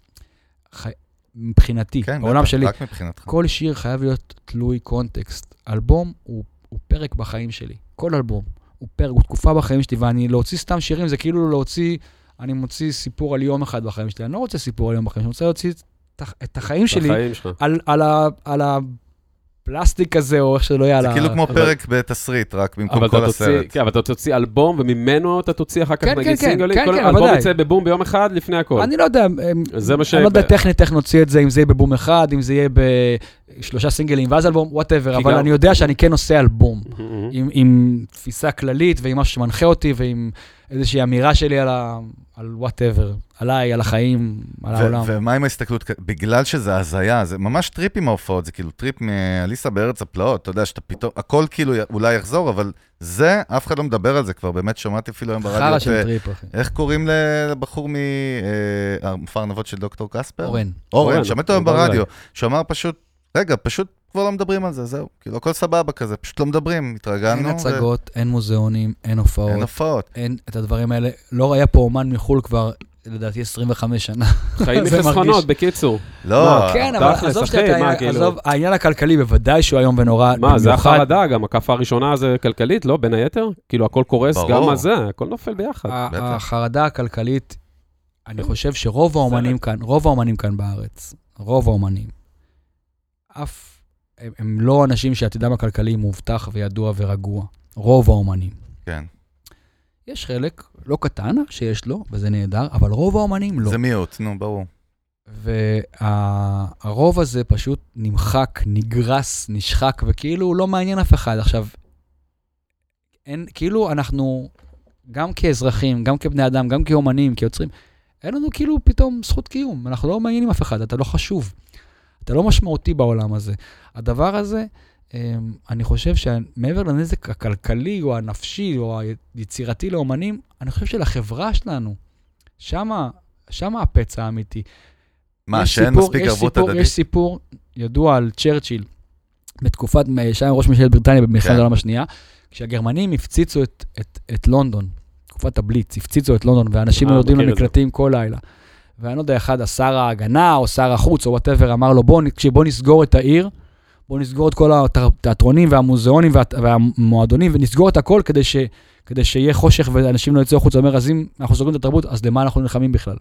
מבחינתי, בעולם שלי. רק מבחינתך. כל שיר חייב להיות תלוי קונטקסט. אלבום הוא פרק בחיים שלי. כל אלבום. הוא פרק, הוא תקופה בחיים שלי, ואני להוציא סתם שירים, זה כאילו להוציא, אני מוציא סיפור על יום אחד בחיים שלי, אני לא רוצה סיפור על יום בחיים שלי, אני רוצה להוציא את החיים שלי, על, על, ה, על פלסטיק כזה, או איך שלא יהיה. זה כאילו כמו פרק בתסריט, רק במקום כל הסרט. כן, אבל אתה תוציא אלבום, וממנו אתה תוציא אחר כך כן, נגיד כן, סינגלים. כן, כל כן, אלבום בוודאי. יצא בבום ביום אחד לפני הכל. אני לא יודע, זה מה ש... אני לא יודע טכנית איך נוציא את זה, אם זה יהיה בבום אחד, אם זה יהיה בשלושה סינגלים, ואז אלבום, whatever, אבל גם- אני יודע שאני כן עושה אלבום, Mhm. עם, עם תפיסה כללית, ועם משהו שמנחה אותי, ועם איזושהי אמירה שלי על, ה, על whatever, עליי, על החיים, על ו- העולם. ומה עם ההסתכלות? בגלל שזה הזיה, זה ממש טריפ עם ההופעות, זה כאילו טריפ מאליסה בארץ הפלאות, אתה יודע שאתה פתאום, הכל כאילו אולי יחזור, אבל זה, אף אחד לא מדבר על זה כבר, באמת שמעתי אפילו היום ברדיו. חרא את, של טריפ, אחי. איך קוראים לבחור מהמופע ארנבות של דוקטור קספר? אורן. אורן, אורן, שמעתי היום אורן. ברדיו, שאמר פשוט, רגע, פשוט כבר לא מדברים על זה, זהו, כאילו הכל סבבה כזה, פשוט לא מדברים, התרגלנו. אין ו- הצגות, אין מוזיאונים, אין הופעות, אין הופעות. אין את הדברים האלה. לא היה פה אומן מחול כבר, לדעתי, עשרים וחמש שנה. חיים זה מחסכונות, מרגיש. בקיצור. לא, מה, כן, אבל תכלס, עזוב אחי, שאתה, מה, כאילו? עזוב, העניין הכלכלי בוודאי שהוא היום ונורא. מה, זה במיוחד- החרדה, גם הכף הראשונה זה כלכלית, לא? בין היתר? כאילו, הכל קורס ברור. גם על זה, הכל נופל ביחד. ה- בטח. החרדה הכלכלית, אני חושב שרוב האומנים כאן, רוב האומנים כאן בארץ, רוב האומנים, אף, הם, הם לא אנשים שעתידם הכלכלי מובטח וידוע ורגוע. רוב האומנים. כן. יש חלק, לא קטן, שיש לו, וזה נהדר, אבל רוב האומנים לא. זה מיעוט, נו, ברור. והרוב הזה פשוט נמחק, נגרס, נשחק, וכאילו הוא לא מעניין אף אחד. עכשיו, אין, כאילו אנחנו, גם כאזרחים, גם כבני אדם, גם כאומנים, כיוצרים, אין לנו כאילו פתאום זכות קיום. אנחנו לא מעניינים אף אחד, אתה לא חשוב. אתה לא משמעותי בעולם הזה. הדבר הזה, אני חושב שמעבר לנזק הכלכלי או הנפשי או היצירתי לאומנים, אני חושב שלחברה שלנו, שמה, שמה הפצע האמיתי. מה, יש שאין סיפור- מספיק יש ערבות סיפור- הדדית? יש סיפור ידוע על צ'רצ'יל, בתקופת, שהיה ראש ממשלת בריטניה במלחמת כן. העולם השנייה, כשהגרמנים הפציצו את, את, את לונדון, תקופת הבליץ, הפציצו את לונדון, ואנשים אה, יורדים מכיר את זה. למקלטים כל לילה. ואני לא יודע, אחד, השר ההגנה או שר החוץ או whatever, אמר לו, בוא, נ- בוא נסגור את העיר, בוא נסגור את כל התיאטרונים והמוזיאונים וה, והמועדונים, ונסגור את הכל כדי, ש, כדי שיהיה חושך ואנשים לא יצאו החוץ. הוא אומר, אז אם אנחנו סוגרים את התרבות, אז למה אנחנו נלחמים בכלל?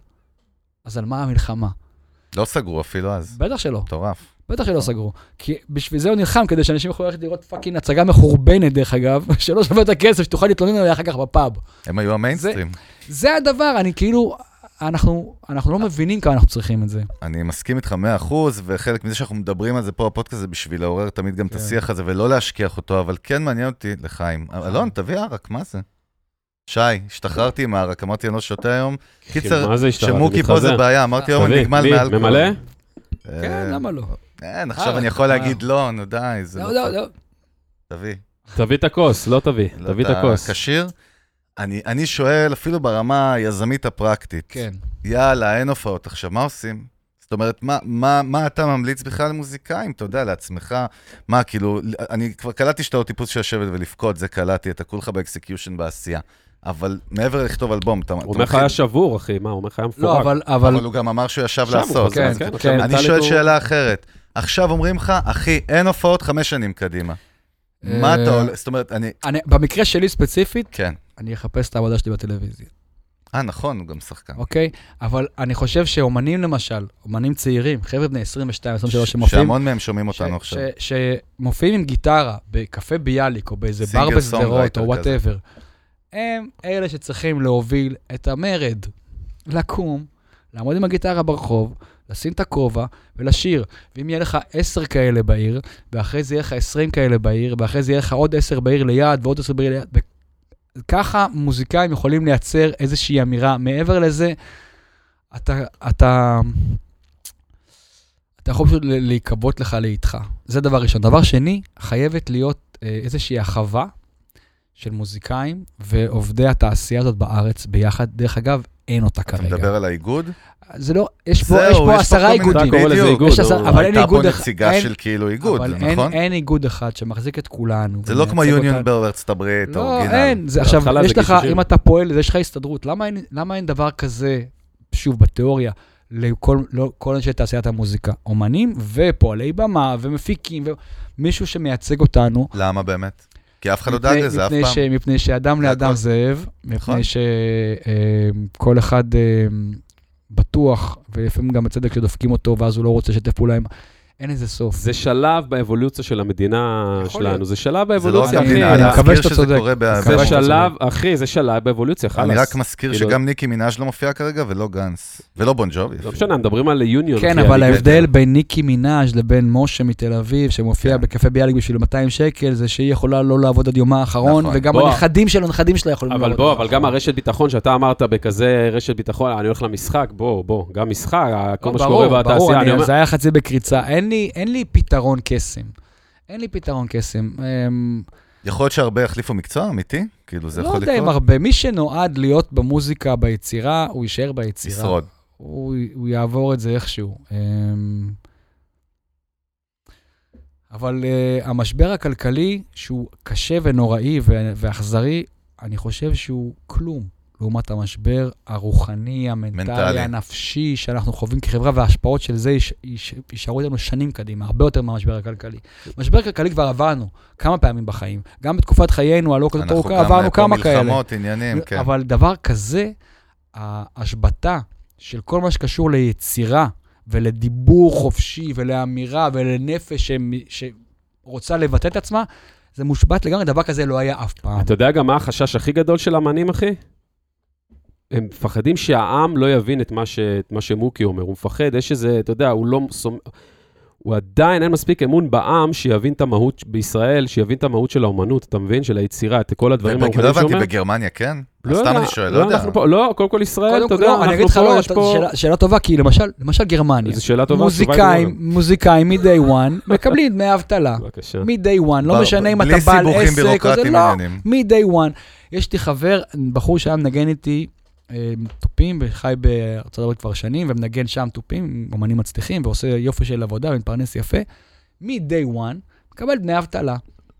אז על מה המלחמה? לא סגרו אפילו אז. בטח שלא. מטורף. בטח שלא סגרו. כי בשביל זה הוא נלחם, כדי שאנשים יכולים ללכת לראות פאקינג הצגה מחורבנת, דרך אגב, שלא שווה את הכסף, שתוכל להתלונן עליה אחר כך בפאב. הם היו המיינסטרים. זה הדבר, אני כאילו, אנחנו, אנחנו לא מבינים כמה אנחנו צריכים את זה. אני מסכים איתך מאה אחוז, וחלק מזה שאנחנו מדברים על זה פה, הפודקאסט זה בשביל לעורר תמיד גם את כן. השיח הזה, ולא להשכיח אותו, אבל כן מעניין אותי לחיים. אלון, תביא ערק, מה זה? שי, השתחררתי עם הערק, אמרתי, אני לא שותה היום. קיצר, מה זה השתחררתי? שמוקי פה זה מתחזה. בעיה, אמרתי, היום אני תביא, נגמל מי? מאלכוהול. ממלא? כן, למה לא? אין, עכשיו ערק, אני יכול מה? להגיד לא, נו די, זה לא, לא, לא. תביא. תביא את הכוס, לא תביא, לא, תביא את אתה הכוס. כשיר? אני, אני שואל, אפילו ברמה היזמית הפרקטית, כן. יאללה, אין הופעות, עכשיו, מה עושים? זאת אומרת, מה, מה, מה אתה ממליץ בכלל למוזיקאים? אתה יודע, לעצמך, מה, כאילו, אני כבר קלטתי שאתה עוד טיפוס שיושבת ולפקוד, זה קלטתי, אתה כולך באקסקיושן בעשייה. אבל מעבר לכתוב אלבום, אתה... הוא אומר לך היה שבור, אחי, מה, הוא אומר לך היה מפורק. לא, אבל, אבל, אבל הוא גם אמר שהוא ישב שם הוא לעשות. חוזר, כן, אז- כן, כן. עכשיו אני מנטלית שואל הוא- שאלה אחרת. עכשיו אומרים לך, אחי, אין הופעות חמש שנים קדימה. מה אתה עולה? זאת אומרת, אני... אני, במקרה שלי ספציפית, כן. אני אחפש את העבודה שלי בטלוויזיה. אה, נכון, הוא גם שחקן. אוקיי? אבל אני חושב שאומנים למשל, אומנים צעירים, חבר'ה בני עשרים ושתיים, עשרים ושלוש, שמופיעים, שהמון מהם שומעים ש- אותנו עכשיו. ש- שמופיעים עם גיטרה בקפה ביאליק, או באיזה בר סינגר בשדרות, סונגרייטר או כזה. וואטאבר, הם אלה שצריכים להוביל את המרד, לקום, לעמוד עם הגיטרה ברחוב, לשים את הכובע ולשיר. ואם יהיה לך עשר כאלה בעיר, ואחרי זה יהיה לך עשרים כאלה בעיר, ואחרי זה יהיה לך עוד עשר בעיר ליד, ועוד עשר בעיר ליד, וככה מוזיקאים יכולים לייצר איזושהי אמירה. מעבר לזה, אתה, אתה, אתה יכול פשוט להיקבות לך לאיתך. זה דבר ראשון. דבר שני, חייבת להיות אה, איזושהי החווה של מוזיקאים ועובדי התעשייה הזאת בארץ ביחד. דרך אגב, אין אותה אתה כרגע. מדבר על האיגוד? זה לא, יש פה, זהו, יש פה יש עשרה פה כל מיני- איגודים. אתה קורא לזה בדיוק. איגוד, יש עשרה- נו. אבל אין הייתה פה איגוד אחד. נציגה אין- של כאילו איגוד, אבל אין, נכון? אין איגוד אחד שמחזיק את כולנו. זה לא כמו ומייצג יוניון אותנו. בארצות הברית, לא, אורגינל. אין. זה, עכשיו, בהתחלה יש זה לך, גישושים. אם אתה פועל, יש לך הסתדרות. למה אין, למה אין דבר כזה, שוב, בתיאוריה, לכל לא, כל אנשי תעשיית המוזיקה? אומנים ופועלי במה ומפיקים, ומישהו שמייצג אותנו. למה באמת? כי אף אחד לא דאג לזה אף מפני פעם. ש- מפני שאדם זה לאדם הכל. זאב, נכון. מפני שכל אחד אה, בטוח, ולפעמים גם בצדק שדופקים אותו, ואז הוא לא רוצה לשתף פעולה עם... אין איזה סוף. זה שלב באבולוציה של המדינה שלנו, זה שלב באבולוציה, אחי. אחי. אני אני מקווה מזכיר שאתה שזה צודק. קורה ב- זה שלב, אחי, זה שלב באבולוציה, חלאס. אני רק מזכיר כאילו- שגם ניקי מינאז' לא מופיע כרגע, ולא גנץ, ולא בון ג'ובי. לא משנה, מדברים על יוניון. כן, אחי, אבל אני- ההבדל בין ניקי מינאז' לבין משה מתל אביב, שמופיע כן. בקפה ביאליק בשביל מאתיים שקל, זה שהיא יכולה לא לעבוד עד יומה האחרון, נכון. וגם בוא. הנכדים של הנכדים שלה יכולים אבל לעבוד. בוא, עד אבל האחרון. גם הרשת ביטחון שאתה אמרת בכזה רשת ביטחון, אני הולך למשחק, בוא, בוא, גם משחק, כל מה שקורה ברור, בתעשייה, ברור, אני אני- אומר, זה היה חצי בקריצה. אין לי- אין לי פתרון קסם. אין לי פתרון קסם. אמ, יכול להיות שהרבה יחליפו מקצוע, אמיתי? כאילו זה לא יכול יודע אם לקרות? הרבה. מי שנועד להיות במוזיקה, ביצירה, הוא יישאר ביצירה. ישרוד. הוא, הוא יעבור את זה איכשהו. אמ, אבל uh, המשבר הכלכלי, שהוא קשה ונוראי ו- ואכזרי, אני חושב שהוא כלום. לעומת המשבר הרוחני, המנטלי, מנטלי. הנפשי שאנחנו חווים כחברה, וההשפעות של זה יש- יש- יישארו איתנו שנים קדימה, הרבה יותר מהמשבר הכלכלי. משבר כלכלי כבר עברנו כמה פעמים בחיים. גם בתקופת חיינו, הלא כזאת אנחנו ארוכה, גם עברנו פה כמה כאלה. מלחמות, עניינים, כן. אבל דבר כזה, ההשבתה של כל מה שקשור ליצירה ולדיבור חופשי ולאמירה ולנפש ש- שרוצה לבטא את עצמה, זה מושבת לגמרי, דבר כזה לא היה אף פעם. אתה יודע גם מה החשש הכי גדול של אמנים, אחי? הם מפחדים שהעם לא יבין את מה, ש... את מה שמוקי אומר. הוא מפחד, יש איזה, אתה יודע, הוא לא... הוא עדיין אין מספיק אמון בעם שיבין את המהות בישראל, שיבין את המהות של האומנות, אתה מבין? של היצירה, את כל הדברים לא המיוחדים הבנתי, שאומר. בגרמניה כן? לא סתם יודע, אני שואל, לא יודע. אנחנו פה- לא, קודם כל ישראל, קודם אתה כל, יודע, לא, אני אגיד לך, אנחנו פה, לא, יש פה... שאלה- שאלה טובה, כי למשל, למשל גרמניה, זו שאלה טובה, התשובה היא מוזיקאים, מוזיקאים מ-day one, מקבלים דמי אבטלה. בבקשה. מ-day one, לא בר- משנה אם בלי אתה בעל סיבוכים עסק או זה, בירוקרטיים לא, עניינים. מ-day one. יש לי חבר, בחור שהיה מנגן איתי אה, תופים, וחי בארצות הברית כבר שנים, ומנגן שם תופים, אומנים מצליחים, ועושה יופי של עבודה, ומתפרנס יפה. מ-day one, מקבל דמי אבטלה.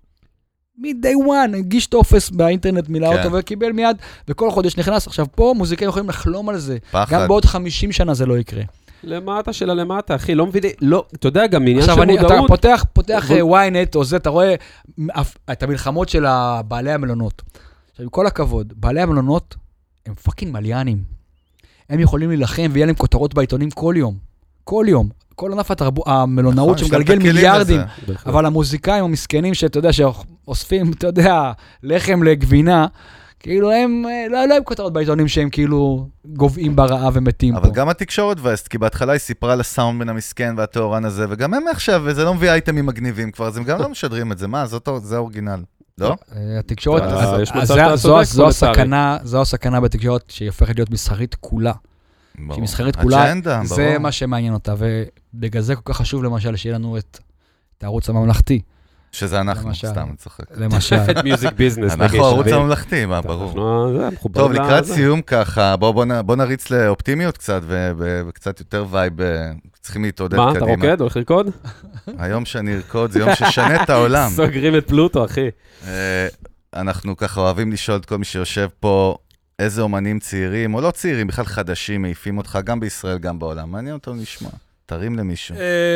מ-day one, הגיש טופס באינטרנט, מילא כן. אותו וקיבל מיד, וכל חודש נכנס. עכשיו פה מוזיקאים יכולים לחלום על זה. פחד. גם בעוד חמישים שנה זה לא יקרה. למטה של הלמטה, אחי, לא מבין, לא, אתה יודע, גם עניין של עכשיו, אני, אתה מודעות. פותח, פותח אבל- וויינט או זה, אתה רואה אף- את המלחמות של בעלי המלונות. עכשיו, עם כל הכבוד, בעלי המלונות הם פאקינג מליאנים. הם יכולים להילחם ויהיה להם כותרות בעיתונים כל יום. כל יום. כל ענף התרבות, המלונאות נכון, יש להם את שמגלגל הכלים מיליארדים. לזה. אבל המוזיקאים המסכנים שאתה יודע, שאוספים, אתה יודע, לחם לגבינה, כאילו הם, אה, לא, לא הם כותרות בעיתונים שהם כאילו גובעים ברעה ומתים אבל פה. גם התקשורת וסט, כי בהתחלה היא סיפרה לסאונדמן המסכן והתאורן הזה, וגם הם עכשיו, וזה לא מביא אייטמים מגניבים כבר, אז הם גם לא משדרים את זה. מה, זאת- זה האורגינל, לא? אה, התקשורת, אז אז- יש אז מצב זה- שאתה זו- צודק, זו פה הסכנה, זו הסכנה בתקשורת שהיא הופכת להיות מסחרית כולה. ברור. שהיא מסחרית כולה, אג'נדה, זה ברור. מה שמעניין אותה, ובגלל זה כל כך חשוב למשל שיהיה לנו את את הערוץ הממלכתי, שזה אנחנו, למשל. סתם, אני צוחק. למשל. את מיוזיק ביזנס, אנחנו הערוץ הממלכתי, מה, ברור. אנחנו, זה, מחובר טוב, לקראת לזה. סיום ככה, בואו בוא, נ- בוא נריץ לאופטימיות קצת, ו- ו- וקצת יותר וייב, אה, צריכים להתעודד מה, קדימה. אתה רוקד? הולך לרקוד? היום שאני ארקוד זה יום ששנה את העולם. סוגרים את פלוטו, אחי. אה, אנחנו ככה אוהבים לשאול את כל מי שיושב פה, איזה אומנים צעירים, או לא צעירים, בכלל חדשים, מעיפים אותך גם בישראל, גם בעולם. מעניין אותו לשמוע. תרים למישהו.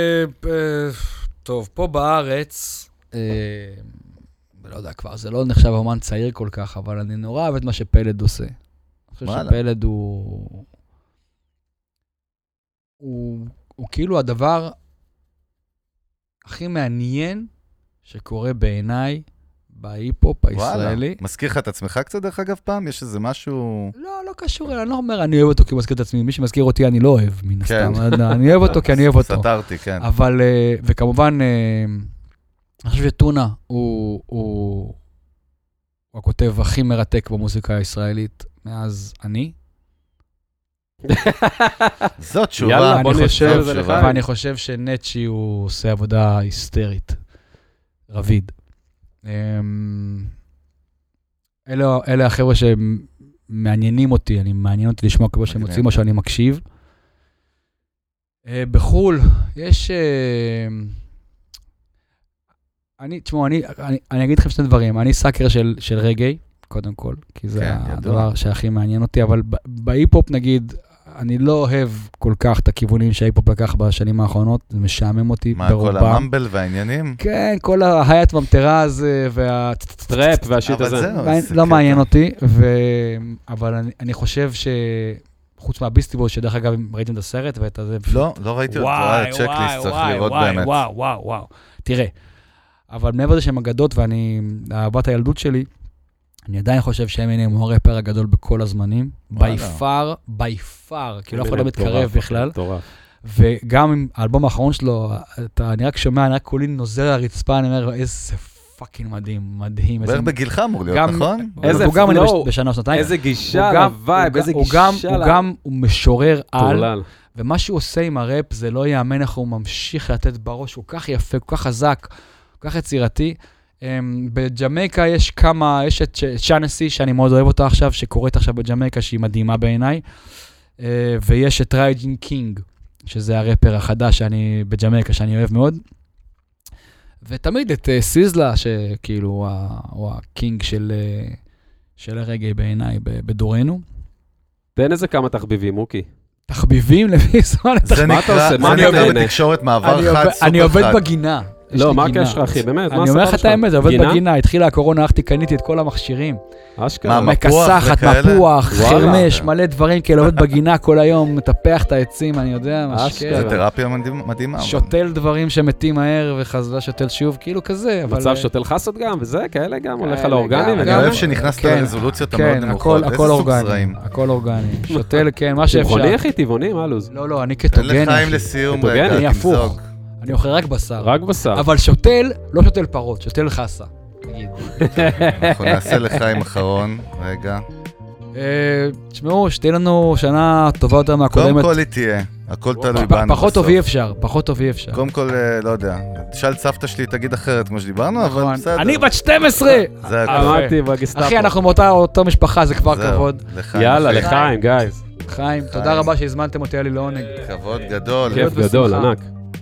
טוב, פה בארץ, אה, לא יודע כבר, זה לא נחשב אומן צעיר כל כך, אבל אני נורא אוהב את מה שפלד עושה. אני חושב וואלה. שפלד הוא... הוא, הוא כאילו הדבר הכי מעניין שקורה בעיניי בהיפ-הופ הישראלי. וואלה. מזכיר לך את עצמך קצת, דרך אגב, פעם? יש איזה משהו... לא, לא קשור, אני לא אומר, אני אוהב אותו כי הוא מזכיר את עצמי. מי שמזכיר אותי, אני לא אוהב, מן כן. הסתם. אני אוהב אותו כי אני אוהב אותו. סתרתי, כן. אבל, אה, וכמובן, אה, אני חושב שטונה הוא, הוא, הוא הכותב הכי מרתק במוזיקה הישראלית מאז אני. זאת תשובה. יאללה, בוא אני נשאר חושב- את זה לך. ואני חושב שנצ'י הוא עושה עבודה היסטרית. רביד. אמ, אלה, אלה החבר'ה שמעניינים אותי, אני מעניין אותי לשמוע כמו שהם מגניב. מוצאים או שאני מקשיב. אה, בחול, יש... אה, אני, תשמעו, אני, אני, אני אגיד לכם שני דברים. אני סאקר של, של רגעי, קודם כל, כי זה כן, הדבר ידוע. שהכי מעניין אותי, אבל ב- בהיפ-הופ, נגיד, אני לא אוהב כל כך את הכיוונים שההיפ-הופ לקח בשנים האחרונות, זה משעמם אותי מה, כל ברובם. הממבל והעניינים? כן, כל ההיית ממטרה הזה, וה... טראפ והשיט אבל הזה. זהו, מעניין- זה לא קטע. מעניין אותי, ו... אבל אני, אני חושב ש... חוץ מהביסטי בויז, שדרך אגב, ראיתם את הסרט ואת הזה... לא, לא ראיתי אותו, וואי, צ'קליסט, צריך לראות באמת. וואו, וואו, וואו. תראה, אבל מעבר לזה שהם אגדות, ואני, אהבת הילדות שלי, אני עדיין חושב שאמינם הוא הרפר הגדול בכל הזמנים, בי פאר, בי פאר, כאילו אף אחד לא מתקרב בכלל. וגם עם האלבום האחרון שלו, אני רק שומע, אני רק כולי נוזר הרצפה, אני אומר, איזה פאקינג מדהים, מדהים. בערך בגילך אמור להיות, נכון? איזה פלואו, בשנה שנתיים. איזה גישה לווייב, איזה גישה ל... הוא גם משורר על, ומה שהוא עושה עם הראפ, זה לא יאמן איך הוא ממשיך לתת בראש, הוא כך יפה, כל כך חזק, כל כך יצירתי. בג'מייקה יש כמה, יש את צ'אנסי, שאני מאוד אוהב אותה עכשיו, שקורית עכשיו בג'מייקה, שהיא מדהימה בעיניי, ויש את רייג'ין קינג, שזה הראפר החדש שאני, בג'מייקה, שאני אוהב מאוד. ותמיד את סיזלה, שכאילו הוא הקינג של, של הרגעי בעיניי בדורנו. תן איזה כמה תחביבים, מוקי. תחביבים לפי זמן. זה נקרא, זה נקרא בתקשורת מעבר חד, סופר חד. אני עובד בגינה. לא, מה הקשר, אחי? באמת, אני אומר לך את האמת, זה עובד בגינה, התחילה הקורונה, הלכתי, קניתי את כל המכשירים. אשכרה. מקסחת, מפוח, חרמש, מלא דברים כאלה, עובד בגינה כל היום, מטפח את העצים, אני יודע, משקר. זה תרפיה מדהימה. שוטל דברים שמתים מהר, וחזרה שוטל שוב, כאילו כזה. מצב שוטל חסות גם, וזה, כאלה גם, הולך על האורגנים. אני אוהב שנכנסת לרזולוציות המאוד נמוכות, איזה סוג זרעים. הכל אורגני. שוטל, כן, מה שאפשר. טבעוני, אחי, טבעוני, מה לוז? לא, לא, אני קטוגני. לחיים לסיום, רגע, תמזוג. אני אוכל רק בשר. רק בשר. אבל שוטל, לא שוטל פרות, שוטל חסה. אנחנו נעשה לחיים אחרון, רגע. תשמעו, שתהיה לנו שנה טובה יותר מהקודמת. קודם כל היא תהיה, הכל תלוי בנו. פחות טוב אי אפשר, פחות טוב אי אפשר. קודם כל, לא יודע, תשאל סבתא שלי, תגיד אחרת כמו שדיברנו, אבל בסדר. אני בת שתים עשרה! זה הכל. אמרתי בגסטאפו. אחי, אנחנו מאותה אותו משפחה, זה כבר כבוד. יאללה, לחיים, גייז. חיים, תודה רבה שהזמנתם אותי, היה לי לעונג. כבוד גדול. כיף גדול, ענק.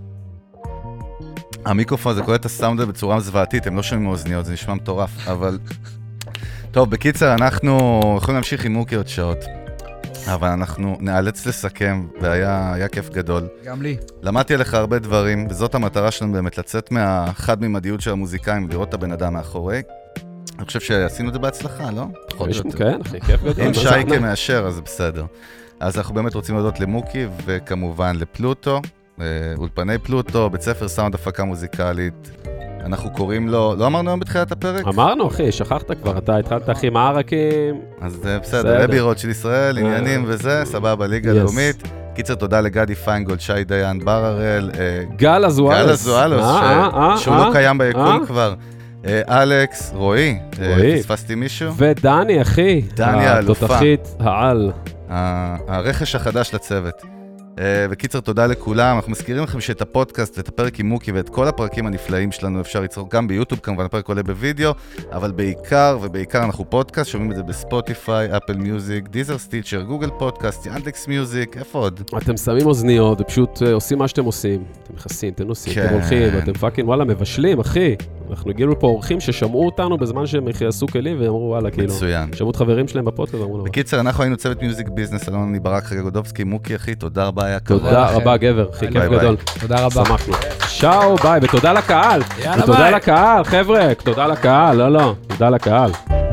המיקרופון, זה קורא את הסאונד בצורה זוועתית, הם לא שומעים מאוזניות, זה נשמע מטורף, אבל... טוב, בקיצר, אנחנו יכולים להמשיך עם מוקי עוד שעות, אבל אנחנו נאלץ לסכם, והיה כיף גדול. גם לי. למדתי עליך הרבה דברים, וזאת המטרה שלנו באמת, לצאת מהחד-ממדיות של המוזיקאים, לראות את הבן אדם מאחורי. אני חושב שעשינו את זה בהצלחה, לא? כן, אחי, כיף גדול. אם שייקה מאשר, אז בסדר. אז אנחנו באמת רוצים להודות למוקי, וכמובן לפלוטו. אולפני פלוטו, בית ספר סאונד הפקה מוזיקלית, אנחנו קוראים לו, לא אמרנו היום בתחילת הפרק? אמרנו אחי, שכחת כבר, אתה התחלת אחי מערקים. אז בסדר, לבירות של ישראל, עניינים וזה, סבבה, ליגה לאומית. קיצר, תודה לגדי פיינגולד, שי דיין, בר הראל, גל אזואלס, גל אזואלס, שהוא לא קיים ביקום כבר. אלכס, רועי, פספסתי מישהו? ודני אחי, דני האלופה, התותחית העל. הרכש החדש לצוות. וקיצר, תודה לכולם. אנחנו מזכירים לכם שאת הפודקאסט ואת הפרק עם מוקי ואת כל הפרקים הנפלאים שלנו אפשר ליצור גם ביוטיוב, כמובן הפרק עולה בווידאו, אבל בעיקר ובעיקר אנחנו פודקאסט, שומעים את זה בספוטיפיי, אפל מיוזיק, דיזר סטיצ'ר, גוגל פודקאסט, ינדקס מיוזיק, איפה עוד? אתם שמים אוזניות ופשוט עושים מה שאתם עושים. אתם נכנסים, אתם נוסעים, אתם הולכים, אתם פאקינג וואלה מבשלים, אחי. אנחנו הגיעו לפה אורחים ששמעו אותנו בזמן שהם יעשו כלים ואמרו וואלה, כאילו. מצוין. שמעו את חברים שלהם בפודקאסט ואמרו לו. בקיצר, אנחנו היינו צוות מיוזיק ביזנס, אלון אני ברק חגגודובסקי, מוקי אחי, תודה רבה, היה כבוד. תודה רבה גבר, הכי כיף גדול. תודה רבה. שמחנו. שאו, ביי, ותודה לקהל. ותודה לקהל, חבר'ה, תודה לקהל, לא, לא, תודה לקהל.